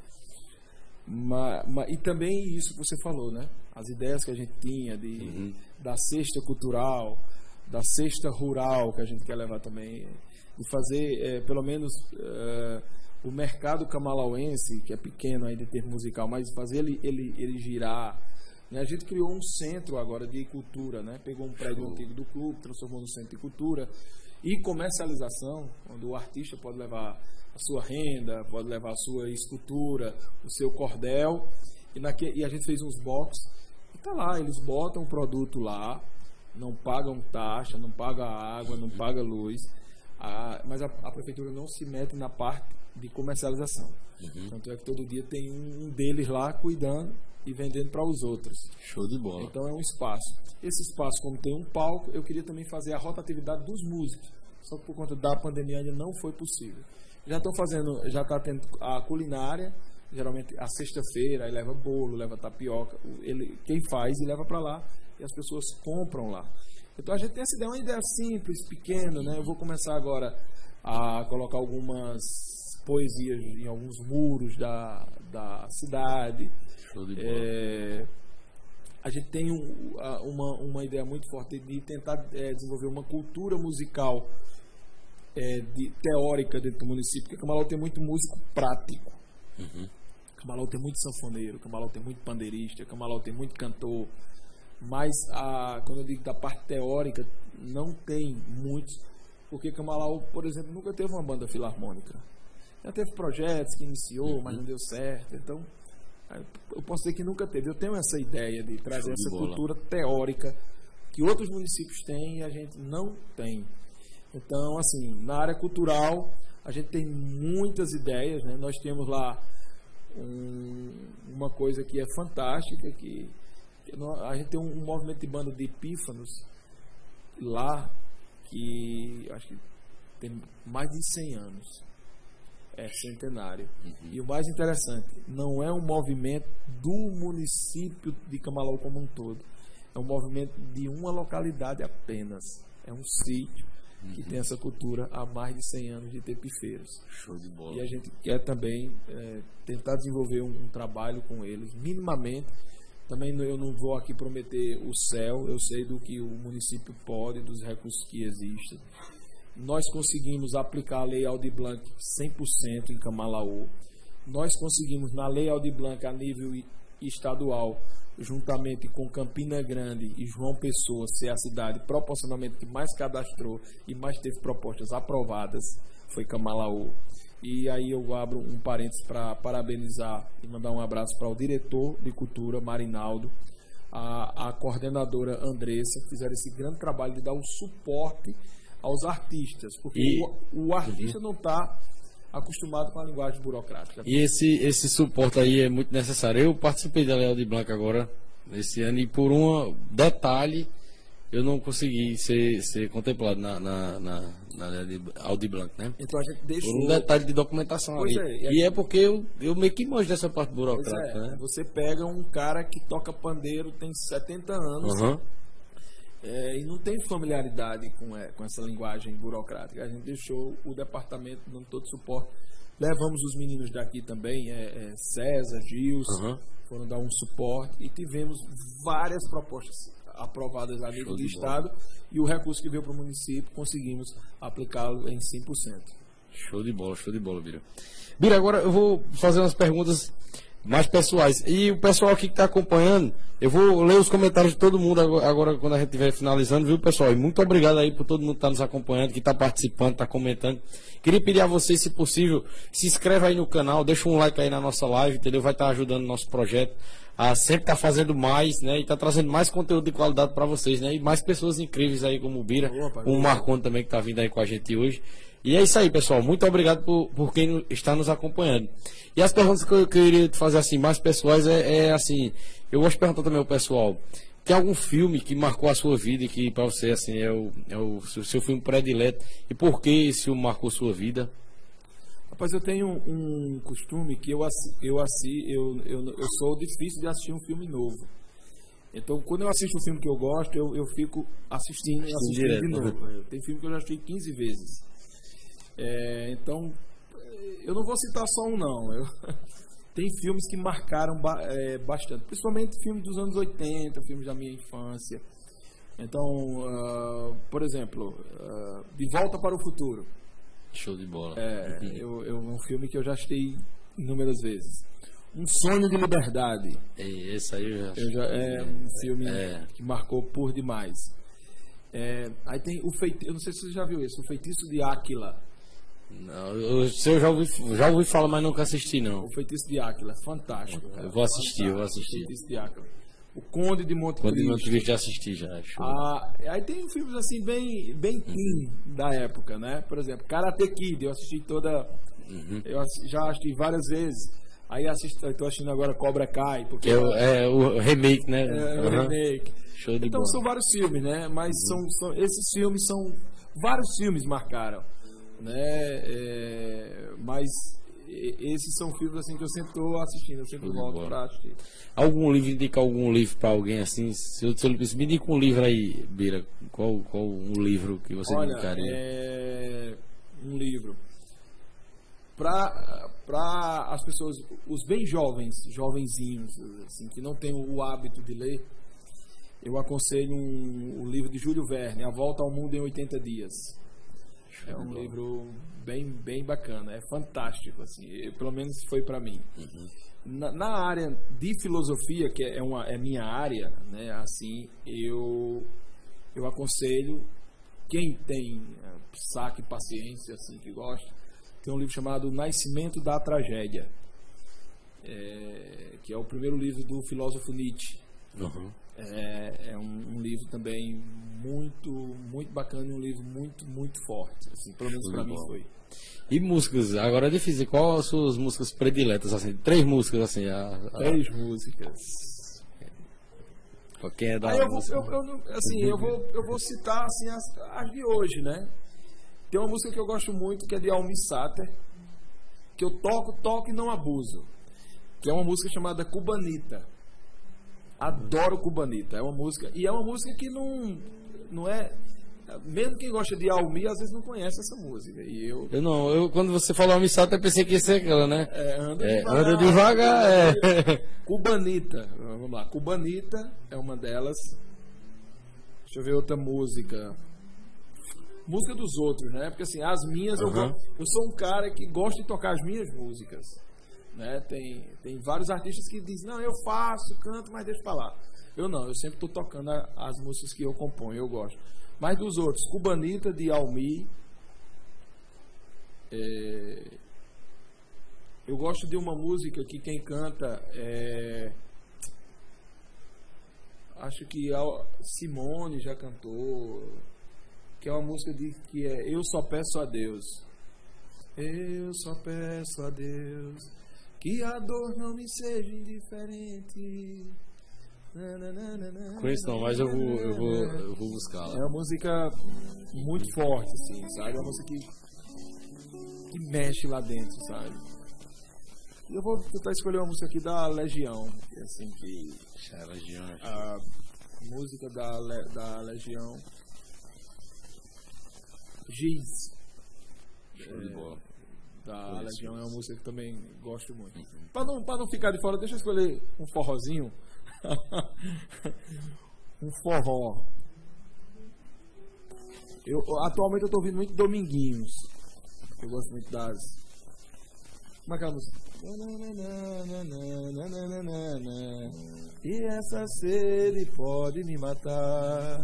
Mas, mas, e também isso que você falou, né? As ideias que a gente tinha de, uhum. da cesta cultural, da cesta rural que a gente quer levar também, de fazer é, pelo menos é, o mercado camalauense, que é pequeno ainda em termos musical, mas fazer ele, ele, ele girar. Né? A gente criou um centro agora de cultura, né? Pegou um prédio Show. antigo do clube, transformou no centro de cultura e comercialização, onde o artista pode levar a sua renda, pode levar a sua escultura, o seu cordel, e, naque, e a gente fez uns box, e tá lá, eles botam o produto lá, não pagam taxa, não pagam água, não pagam luz, a, mas a, a prefeitura não se mete na parte de comercialização. Uhum. Tanto é que todo dia tem um, um deles lá cuidando e vendendo para os outros. Show de bola. Então é um espaço. Esse espaço, como tem um palco, eu queria também fazer a rotatividade dos músicos, só que por conta da pandemia ainda não foi possível. Já estão fazendo, já está tendo a culinária, geralmente a sexta-feira, aí leva bolo, leva tapioca, ele, quem faz e leva para lá, e as pessoas compram lá. Então a gente tem essa ideia, uma ideia simples, pequena, né? Eu vou começar agora a colocar algumas poesias em alguns muros da, da cidade. Show de bola. É, a gente tem um, uma, uma ideia muito forte de tentar é, desenvolver uma cultura musical É, de, teórica dentro do município, porque Camalau tem muito músico prático. Uhum. Camalau tem muito sanfoneiro, Camalau tem muito pandeirista, Camalau tem muito cantor, mas a, quando eu digo da parte teórica, não tem muitos, porque Camalau, por exemplo, nunca teve uma banda filarmônica. Já teve projetos que iniciou, uhum. mas não deu certo. Então, eu posso dizer que nunca teve. Eu tenho essa ideia de trazer essa cultura teórica que outros municípios têm e a gente não tem. Então, assim, na área cultural, a gente tem muitas ideias, né? Nós temos lá um, uma coisa que é fantástica, que, que a gente tem um, um movimento de banda de epífanos lá, que acho que tem mais de cem anos. É centenário. Uhum. E o mais interessante, não é um movimento do município de Camalau como um todo. É um movimento de uma localidade apenas. É um sítio. que tem essa cultura há mais de cem anos de tepifeiros. Show de bola. E a gente quer também é, tentar desenvolver um, um trabalho com eles, minimamente. Também eu não vou aqui prometer o céu, eu sei do que o município pode, dos recursos que existem. Nós conseguimos aplicar a Lei Aldir Blanc cem por cento em Camalaú. Nós conseguimos, na Lei Aldir Blanc, a nível estadual, juntamente com Campina Grande e João Pessoa, ser a cidade proporcionalmente que mais cadastrou e mais teve propostas aprovadas, foi Camalaú. E aí eu abro um parênteses para parabenizar e mandar um abraço para o diretor de cultura, Marinaldo, a, a coordenadora Andressa, que fizeram esse grande trabalho de dar o suporte aos artistas, porque e... o, o artista não está acostumado com a linguagem burocrática. E esse, esse suporte aí é muito necessário. Eu participei da Lei Aldir Blanc agora, esse ano, e por um detalhe eu não consegui ser, ser contemplado na, na, na, na Lei Aldir Blanc, né? Então a gente deixou... Por um detalhe de documentação pois ali. É, e é porque eu, eu meio que manjo dessa parte burocrática, é, né? Você pega um cara que toca pandeiro, tem setenta anos, uhum. é, e não tem familiaridade com, é, com essa linguagem burocrática. A gente deixou o departamento dando todo suporte. Levamos os meninos daqui também, é, é, César, Gilson, uhum. foram dar um suporte e tivemos várias propostas aprovadas a nível do Estado e o recurso que veio para o município conseguimos aplicá-lo em cem por cento. Show de bola, show de bola, Bira. Bira, agora eu vou fazer umas perguntas mais pessoais. E o pessoal aqui que está acompanhando, eu vou ler os comentários de todo mundo agora, agora quando a gente estiver finalizando, viu, pessoal? E muito obrigado aí por todo mundo que está nos acompanhando, que está participando, está comentando. Queria pedir a vocês, se possível, se inscreve aí no canal, deixa um like aí na nossa live, entendeu? Vai estar tá ajudando o nosso projeto a sempre estar tá fazendo mais, né? E tá trazendo mais conteúdo de qualidade para vocês, né? E mais pessoas incríveis aí como o Bira, Opa, o Marconi também que está vindo aí com a gente hoje. E é isso aí, pessoal. Muito obrigado por, por quem está nos acompanhando. E as perguntas que eu queria te fazer assim, mais pessoais, é, é assim, eu gosto de perguntar também ao pessoal, tem algum filme que marcou a sua vida e que para você assim é o, é o seu filme predileto? E por que esse filme marcou a sua vida? Rapaz, eu tenho um, um costume que eu, eu, eu, eu, eu sou difícil de assistir um filme novo. Então, quando eu assisto um filme que eu gosto, eu, eu fico assistindo e assistindo direto, de novo. Né? Tem filme que eu já assisti quinze vezes. É, então, eu não vou citar só um, não. Eu, tem filmes que marcaram ba, é, bastante. Principalmente filmes dos anos oitenta, filmes da minha infância. Então, uh, por exemplo, uh, De Volta para o Futuro. Show de bola. É, eu, eu, é um filme que eu já assisti inúmeras vezes. Um Sonho de Liberdade. E esse aí eu já, eu já é um filme é. que marcou por demais. É, aí tem o feitiço, eu não sei se você já viu esse, O Feitiço de Áquila. Não, eu, eu já ouvi, já ouvi falar, mas nunca assisti não. O Feitiço de Áquila, fantástico. Cara. Eu vou assistir, fantástico. eu vou assistir. O Feitiço de Áquila. O Conde de Monte Conde Cristo. de Monte Cristo já assisti já. Show. Ah, aí tem filmes assim bem, bem teen uhum. da época, né? Por exemplo, Karate Kid, eu assisti toda, uhum. eu já assisti várias vezes. Aí assisto, eu tô assistindo agora Cobra Kai, porque é o, é o remake, né? É, uhum. o remake. Show de então bola. São vários filmes, né? Mas uhum. são, são esses filmes são vários filmes marcaram, né? É, mas esses são filmes assim que eu sempre estou assistindo, eu sempre Show volto para assistir. Algum livro, indica algum livro para alguém assim? Se eu, se eu me indica um livro aí, Bira, qual, qual um livro que você Olha, indicaria? É um livro para para as pessoas, os bem jovens, jovenzinhos, assim, que não têm o hábito de ler, eu aconselho um, o livro de Júlio Verne, A Volta ao Mundo em oitenta dias. É um livro bem, bem bacana, é fantástico, assim, eu, pelo menos foi para mim. Uhum. Na, na área de filosofia, que é, uma, é minha área, né, assim, eu, eu aconselho quem tem saco e paciência, assim, que gosta, tem um livro chamado Nascimento da Tragédia, é, que é o primeiro livro do filósofo Nietzsche. Uhum. É, é um, um livro também muito, muito bacana e um livro muito, muito forte, assim, pelo menos para mim foi. E músicas, agora é difícil, qual as suas músicas prediletas, assim, três músicas, assim, a, a... Três músicas. Quem é da Aí eu vou, eu, eu, assim, eu vou, eu vou citar, assim, as, as de hoje, né? Tem uma música que eu gosto muito, que é de Almi Sater, que eu toco, toco e não abuso, que é uma música chamada Cubanita. Adoro Cubanita, é uma música, e é uma música que não, não é, Mesmo quem gosta de Almi, às vezes não conhece essa música. E eu. Eu não, eu, quando você falou Almi Sato, eu pensei que ia ser aquela, né? É, anda É, devagar. anda devagar, é. Cubanita, vamos lá. Cubanita é uma delas. Deixa eu ver outra música. Música dos outros, né? Porque assim, as minhas, Uhum. eu, eu sou um cara que gosta de tocar as minhas músicas. Né? Tem, tem vários artistas que dizem, não, eu faço, canto, mas deixa eu falar. Eu não, eu sempre estou tocando a, as músicas que eu componho, eu gosto. Mas dos outros, Cubanita, de Almi. É, eu gosto de uma música que quem canta é. Acho que a Simone já cantou. Que é uma música de, que é Eu Só Peço a Deus. Eu só peço a Deus que a dor não me seja indiferente. Conheço não, mas eu vou, eu vou, eu vou buscar lá. É uma música muito forte, assim, sabe? É uma música que, que mexe lá dentro, sabe? E eu vou tentar escolher uma música aqui da Legião, que é assim que... É, Legião. A música da, Le, da Legião... Giz. Show de bola. Da Conheço, Legião é uma música que também gosto muito. Uhum. Para não, pra não ficar de fora, deixa eu escolher um forrozinho. Um forró. Eu, atualmente eu estou ouvindo muito Dominguinhos. Eu gosto muito das. Como é que é a música? E essa sede pode me matar.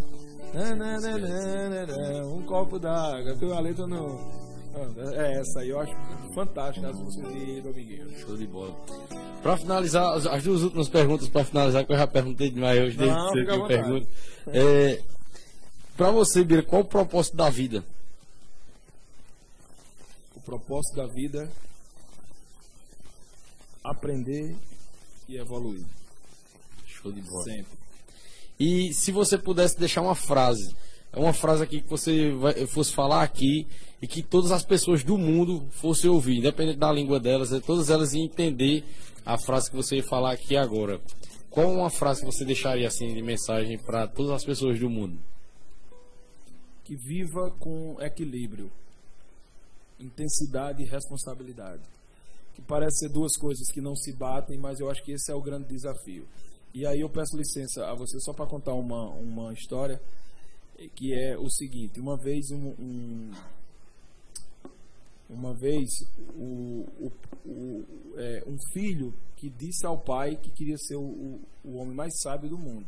Um copo d'água. A letra não. É essa aí, eu acho fantástica as músicas de Dominguinhos. Show de bola. Pra finalizar, as, as duas últimas perguntas pra finalizar, que eu já perguntei demais hoje, desde Não, que fica à eu vontade. pergunto. É, pra você, Bira, qual o propósito da vida? O propósito da vida aprender e evoluir. Show de bola. Sempre. E se você pudesse deixar uma frase, é uma frase aqui que você vai, fosse falar aqui e que todas as pessoas do mundo fossem ouvir, independente da língua delas, todas elas iam entender a frase que você ia falar aqui agora. Qual uma frase que você deixaria assim de mensagem para todas as pessoas do mundo? Que viva com equilíbrio, intensidade e responsabilidade. Que parece ser duas coisas que não se batem, mas eu acho que esse é o grande desafio. E aí eu peço licença a você só para contar uma, uma história, que é o seguinte: uma vez um, um uma vez o, o, o, é, um filho que disse ao pai que queria ser o, o, o homem mais sábio do mundo,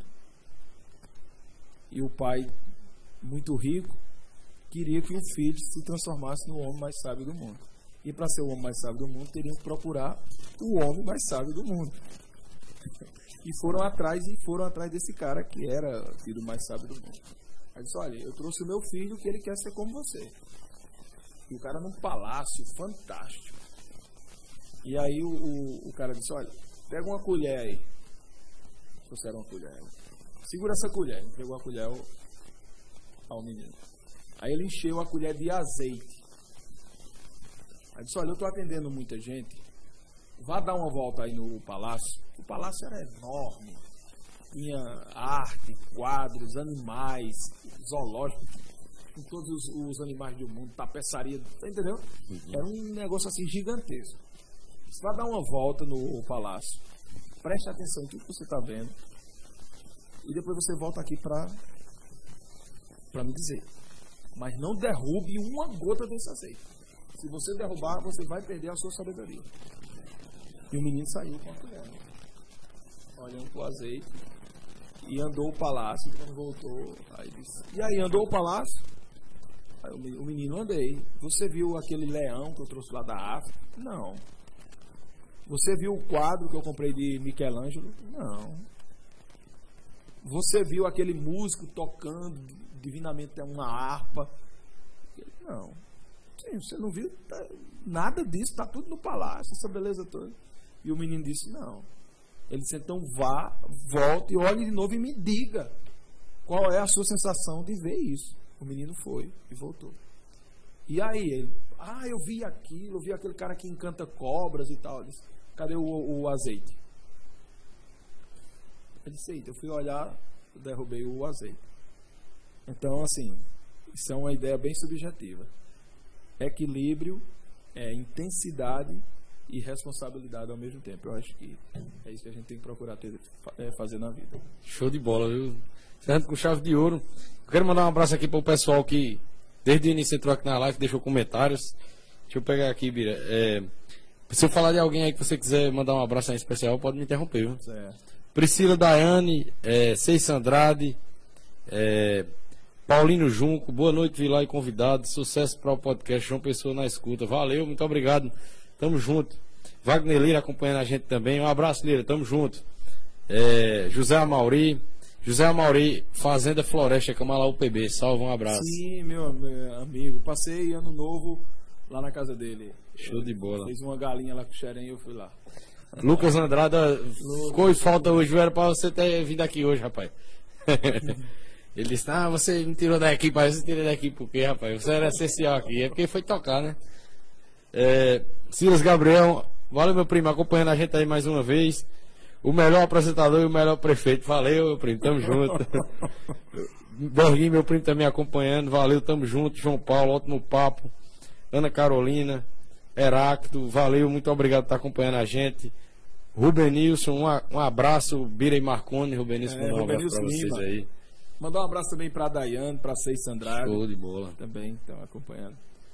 e o pai, muito rico, queria que o filho se transformasse no homem mais sábio do mundo. E para ser o homem mais sábio do mundo, teriam que procurar o homem mais sábio do mundo. E foram atrás e foram atrás desse cara que era o filho mais sábio do mundo. Aí disse: olha, eu trouxe o meu filho que ele quer ser como você. E o cara num palácio fantástico. E aí o, o, o cara disse: olha, pega uma colher aí. Trouxeram uma colher. Segura essa colher. Entregou a colher ao, ao menino. Aí ele encheu a colher de azeite. Aí disse: olha, eu estou atendendo muita gente. Vá dar uma volta aí no palácio. O palácio era enorme. Tinha arte, quadros, animais, zoológico, com todos os, os animais do mundo, tapeçaria, tá entendendo? Era um negócio assim gigantesco. Você vai dar uma volta no palácio, preste atenção em tudo que você está vendo, e depois você volta aqui para para me dizer. Mas não derrube uma gota desse azeite. Se você derrubar, você vai perder a sua sabedoria. E o menino saiu com a colher, olhando para o azeite, e andou o palácio. Quando voltou, aí disse: e aí, andou o palácio? Aí o menino: andei. Você viu aquele leão que eu trouxe lá da África? Não. Você viu o quadro que eu comprei de Michelangelo? Não. Você viu aquele músico tocando divinamente uma harpa? Não. Sim, você não viu nada disso, está tudo no palácio, essa beleza toda. E o menino disse: não. Ele disse: então vá, volte, olhe de novo e me diga qual é a sua sensação de ver isso. O menino foi e voltou. E aí ele: ah, eu vi aquilo, eu vi aquele cara que encanta cobras e tal. Ele disse: cadê o, o azeite? Ele disse: eita, eu fui olhar, eu derrubei o azeite. Então, assim, Isso é uma ideia bem subjetiva. Equilíbrio, é, intensidade e responsabilidade ao mesmo tempo. Eu acho que é isso que a gente tem que procurar ter, é, fazer na vida. Show de bola, viu? Certo, com chave de ouro. Eu quero mandar um abraço aqui para o pessoal que desde o início entrou aqui na live, deixou comentários. Deixa eu pegar aqui, Bira. É, se eu falar de alguém aí que você quiser mandar um abraço em especial, pode me interromper, viu? Certo. Priscila Daiane, é, Ceissa Andrade, é, Paulino Junco, boa noite, Vilar e convidados. Sucesso para o podcast João Pessoa na escuta. Valeu, muito obrigado. Tamo junto. Wagner Lira acompanhando a gente também. Um abraço, Lira, tamo junto. É, José Amauri. José Amauri, Fazenda Floresta, Camalaú P B. Salve, um abraço. Sim, meu, meu amigo. Passei ano novo lá na casa dele. Show de bola. Fez uma galinha lá com xerém e eu fui lá. Lucas Andrade, ficou em falta hoje, era pra você ter vindo aqui hoje, rapaz. Ele disse, ah, você me tirou da equipe, aí você tirou da equipe por quê, rapaz? Você era essencial aqui, é porque foi tocar, né? É, Silas Gabriel, valeu, meu primo, acompanhando a gente aí mais uma vez. O melhor apresentador e o melhor prefeito. Valeu, meu primo, tamo junto. Borguinho, meu primo, também acompanhando. Valeu, tamo junto. João Paulo, ótimo papo. Ana Carolina, Heráclito, valeu, muito obrigado por estar acompanhando a gente. Rubenilson, um, um abraço. Bira e Marconi, Rubenilson, é, um abraço pra vocês Lima. aí. Mandar um abraço também pra Daiane, pra Ceissa Andrade. Show de bola. Também estão acompanhando.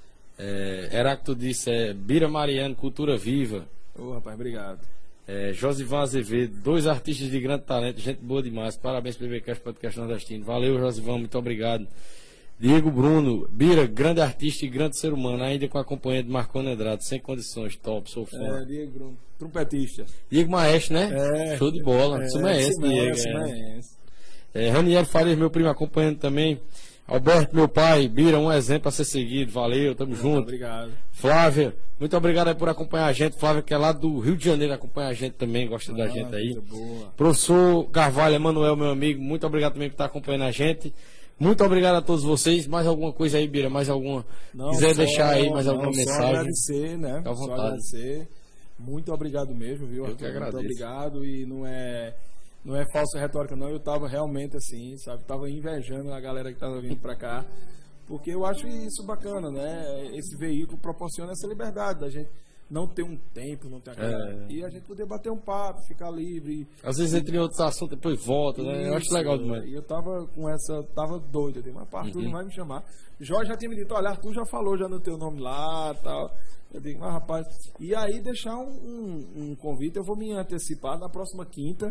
É, Heráclito disse, é, Bira Mariano, Cultura Viva. Ô, rapaz, obrigado. É, Josivan Azevedo, dois artistas de grande talento, gente boa demais. Parabéns pelo BBcast Podcast Nordestino. Valeu, Josivan, muito obrigado. Diego Bruno, Bira, grande artista e grande ser humano, ainda com a companhia de Marconi Andrade, sem condições, top, sou fã. É, Diego Bruno, trompetista. Diego Maestro, né? É. Show de bola. É, Sumaense, Diego. Sumaense. É. É, Raniel Farias, meu primo, acompanhando também. Alberto, meu pai, Bira, um exemplo a ser seguido. Valeu, tamo Muito junto. Obrigado. Flávia, muito obrigado aí por acompanhar a gente. Flávia, que é lá do Rio de Janeiro, acompanha a gente também, gosta ah, da gente aí. Boa. Professor Carvalho, Emanuel, meu amigo, muito obrigado também por estar acompanhando a gente. Muito obrigado a todos vocês. Mais alguma coisa aí, Bira? Mais alguma? Não, quiser só, deixar aí mais não, alguma só mensagem? agradecer, né? Fica à Só vontade. agradecer. Muito obrigado mesmo, viu? Eu Arthur? que agradeço. Muito obrigado e não é, não é falsa retórica, não. Eu tava realmente assim, sabe? Tava invejando a galera que tava vindo pra cá. Porque eu acho isso bacana, né? Esse veículo proporciona essa liberdade da gente não ter um tempo, não ter aquela... É. E a gente poder bater um papo, ficar livre. Às vezes entre outros assuntos, depois volta, né? Eu acho Isso, legal demais. E eu tava com essa, tava doido, eu disse, mas Arthur Uhum. não vai me chamar. Jorge já tinha me dito, olha, Arthur já falou já no teu nome lá, tal. Eu digo, mas rapaz, e aí deixar um, um, um convite, eu vou me antecipar na próxima quinta,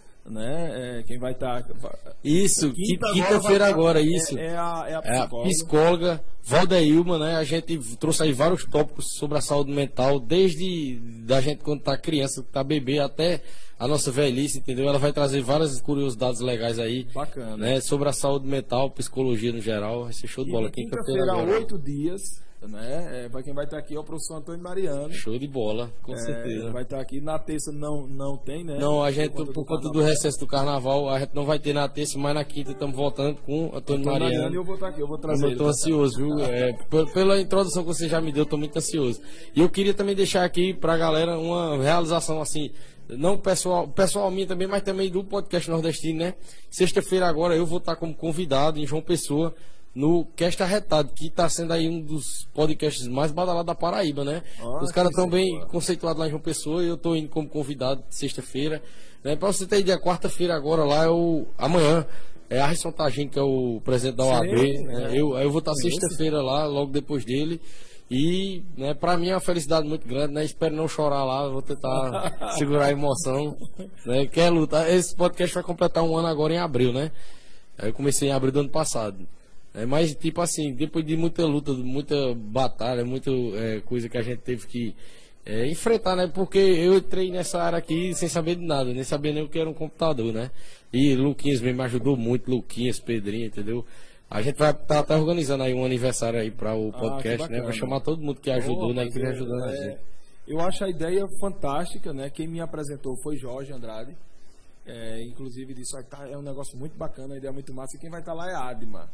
né? É, quem vai estar... Isso, Quinta quinta-feira agora, agora, vai- isso. É, é a, é a É a psicóloga. psicóloga Valdeilma, né? A gente trouxe aí vários tópicos sobre a saúde mental, desde da gente quando tá criança, tá bebê, até a nossa velhice, entendeu? Ela vai trazer várias curiosidades legais aí, Bacana. né? Sobre a saúde mental, psicologia no geral. Vai ser show de E bola. de Quinta-feira quinta-feira, agora. oito dias, né? É, vai, quem vai estar aqui é o professor Antônio Mariano. Show de bola, com É, certeza. vai estar aqui. Na terça não, não tem, né? Não, a gente, por do conta do carnaval. recesso do carnaval, a gente não vai ter na terça, mas na quinta estamos voltando com o Antônio Antônio Mariano, Mariano. e eu vou estar aqui, eu vou trazer Eu ele tô pra ansioso, viu? É, p- pela introdução que você já me deu, eu tô muito ansioso. E eu queria também deixar aqui pra galera uma realização assim, não pessoal, pessoal minha também, mas também do podcast nordestino, né? Sexta-feira agora eu vou estar como convidado em João Pessoa no Cast Arretado, que está sendo aí um dos podcasts mais badalados da Paraíba, né? Ah, Os caras que estão bem sensacional. conceituados lá em João Pessoa e eu estou indo como convidado sexta-feira. Né? Para você ter ideia, quarta-feira agora lá é o. Amanhã é Arson Tagin, que é o presidente da O A B. Sim, Né? é. Eu, eu vou estar Conheço. sexta-feira lá, logo depois dele. E, né, pra mim é uma felicidade muito grande, né? Espero não chorar lá, vou tentar segurar a emoção. Né? Quer lutar. Esse podcast vai completar um ano agora em abril, né? Aí eu comecei em abril do ano passado. É, mas, tipo assim, depois de muita luta, muita batalha, muita é, coisa que a gente teve que é, enfrentar, né? Porque eu entrei nessa área aqui sem saber de nada, nem sabia nem o que era um computador, né? E Luquinhas mesmo me ajudou muito, Luquinhas, Pedrinho, entendeu? A gente vai estar tá, tá organizando aí um aniversário aí para o Ah, podcast, que né? Vou bacana. chamar todo mundo que ajudou, Pô, né? mas Que vem é- ajudando a é- gente. Eu acho a ideia fantástica, né? Quem me apresentou foi Jorge Andrade. É, inclusive disse, "Ah, tá, é um negócio muito bacana, a ideia é muito massa. E quem vai estar lá é a Adma.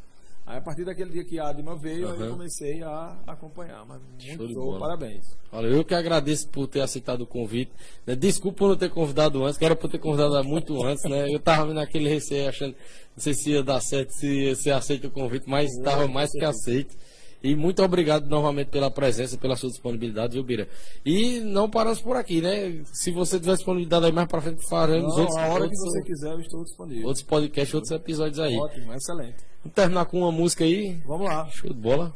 Aí a partir daquele dia que a Adma veio, Uhum. aí eu comecei a acompanhar. Mas Show muito de show, bola. parabéns. Olha, eu que agradeço por ter aceitado o convite. Né? Desculpa por não ter convidado antes, que era por ter convidado muito antes, né? Eu tava naquele receio achando, não sei se ia dar certo, se você aceita o convite, mas estava mais que aceito. E muito obrigado novamente pela presença, pela sua disponibilidade, viu, Bira? E não paramos por aqui, né? Se você tiver disponibilidade aí mais pra frente, faremos Não, outros, a hora que outros, você quiser, eu estou disponível. outros podcasts, outros episódios aí. Ótimo, excelente. Vamos terminar com uma música aí. Vamos lá. Show de bola.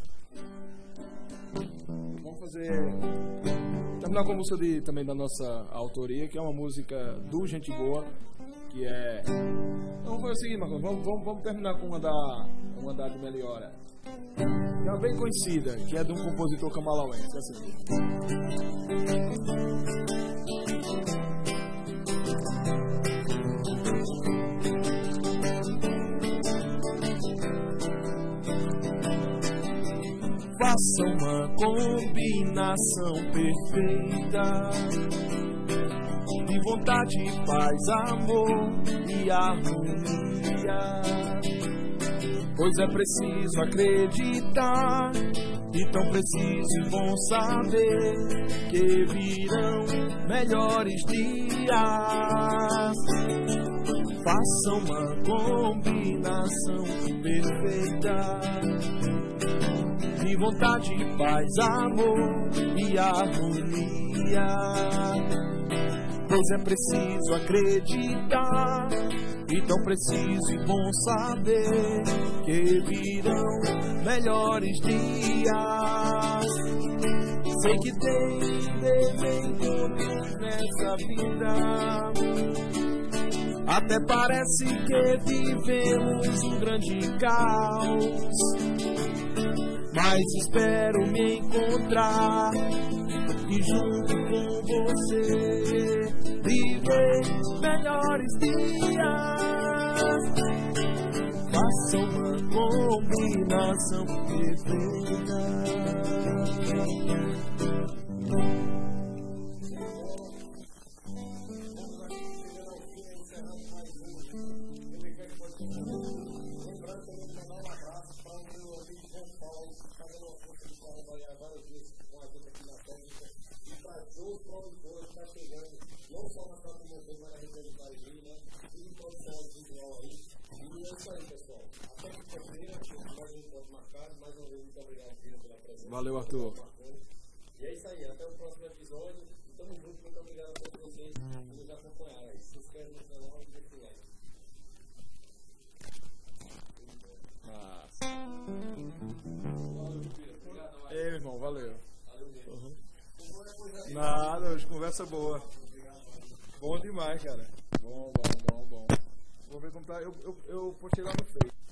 Vamos fazer. Terminar com a música de, também da nossa autoria, que é uma música do Gente Boa, que é. Então vamos fazer o seguinte, Marcos. Vamos, vamos, vamos terminar com uma da. Uma da do Meliora. Que é uma bem conhecida, que é de um compositor camalauense. Assim. Faça uma combinação perfeita de vontade, paz, amor e harmonia. Pois é preciso acreditar e tão preciso e bom saber que virão melhores dias. Faça uma combinação perfeita de vontade, paz, amor e harmonia. Pois é preciso acreditar e tão preciso e bom saber que virão melhores dias. Sei que tem desencontros nessa vida, até parece que vivemos um grande caos, mas espero me encontrar e junto com você viver melhores dias. Faça uma combinação perfeita. Valeu, Arthur. E é isso aí, até o próximo episódio. Tamo junto, muito obrigado a todos vocês que nos acompanharam aí. Se inscreve no canal e deixa o like. Ei, meu irmão, valeu. Uhum. Nada, hoje conversa boa. Bom demais, cara. Bom, bom, bom, bom. Vou ver como tá. Eu, eu, eu postei lá no Face.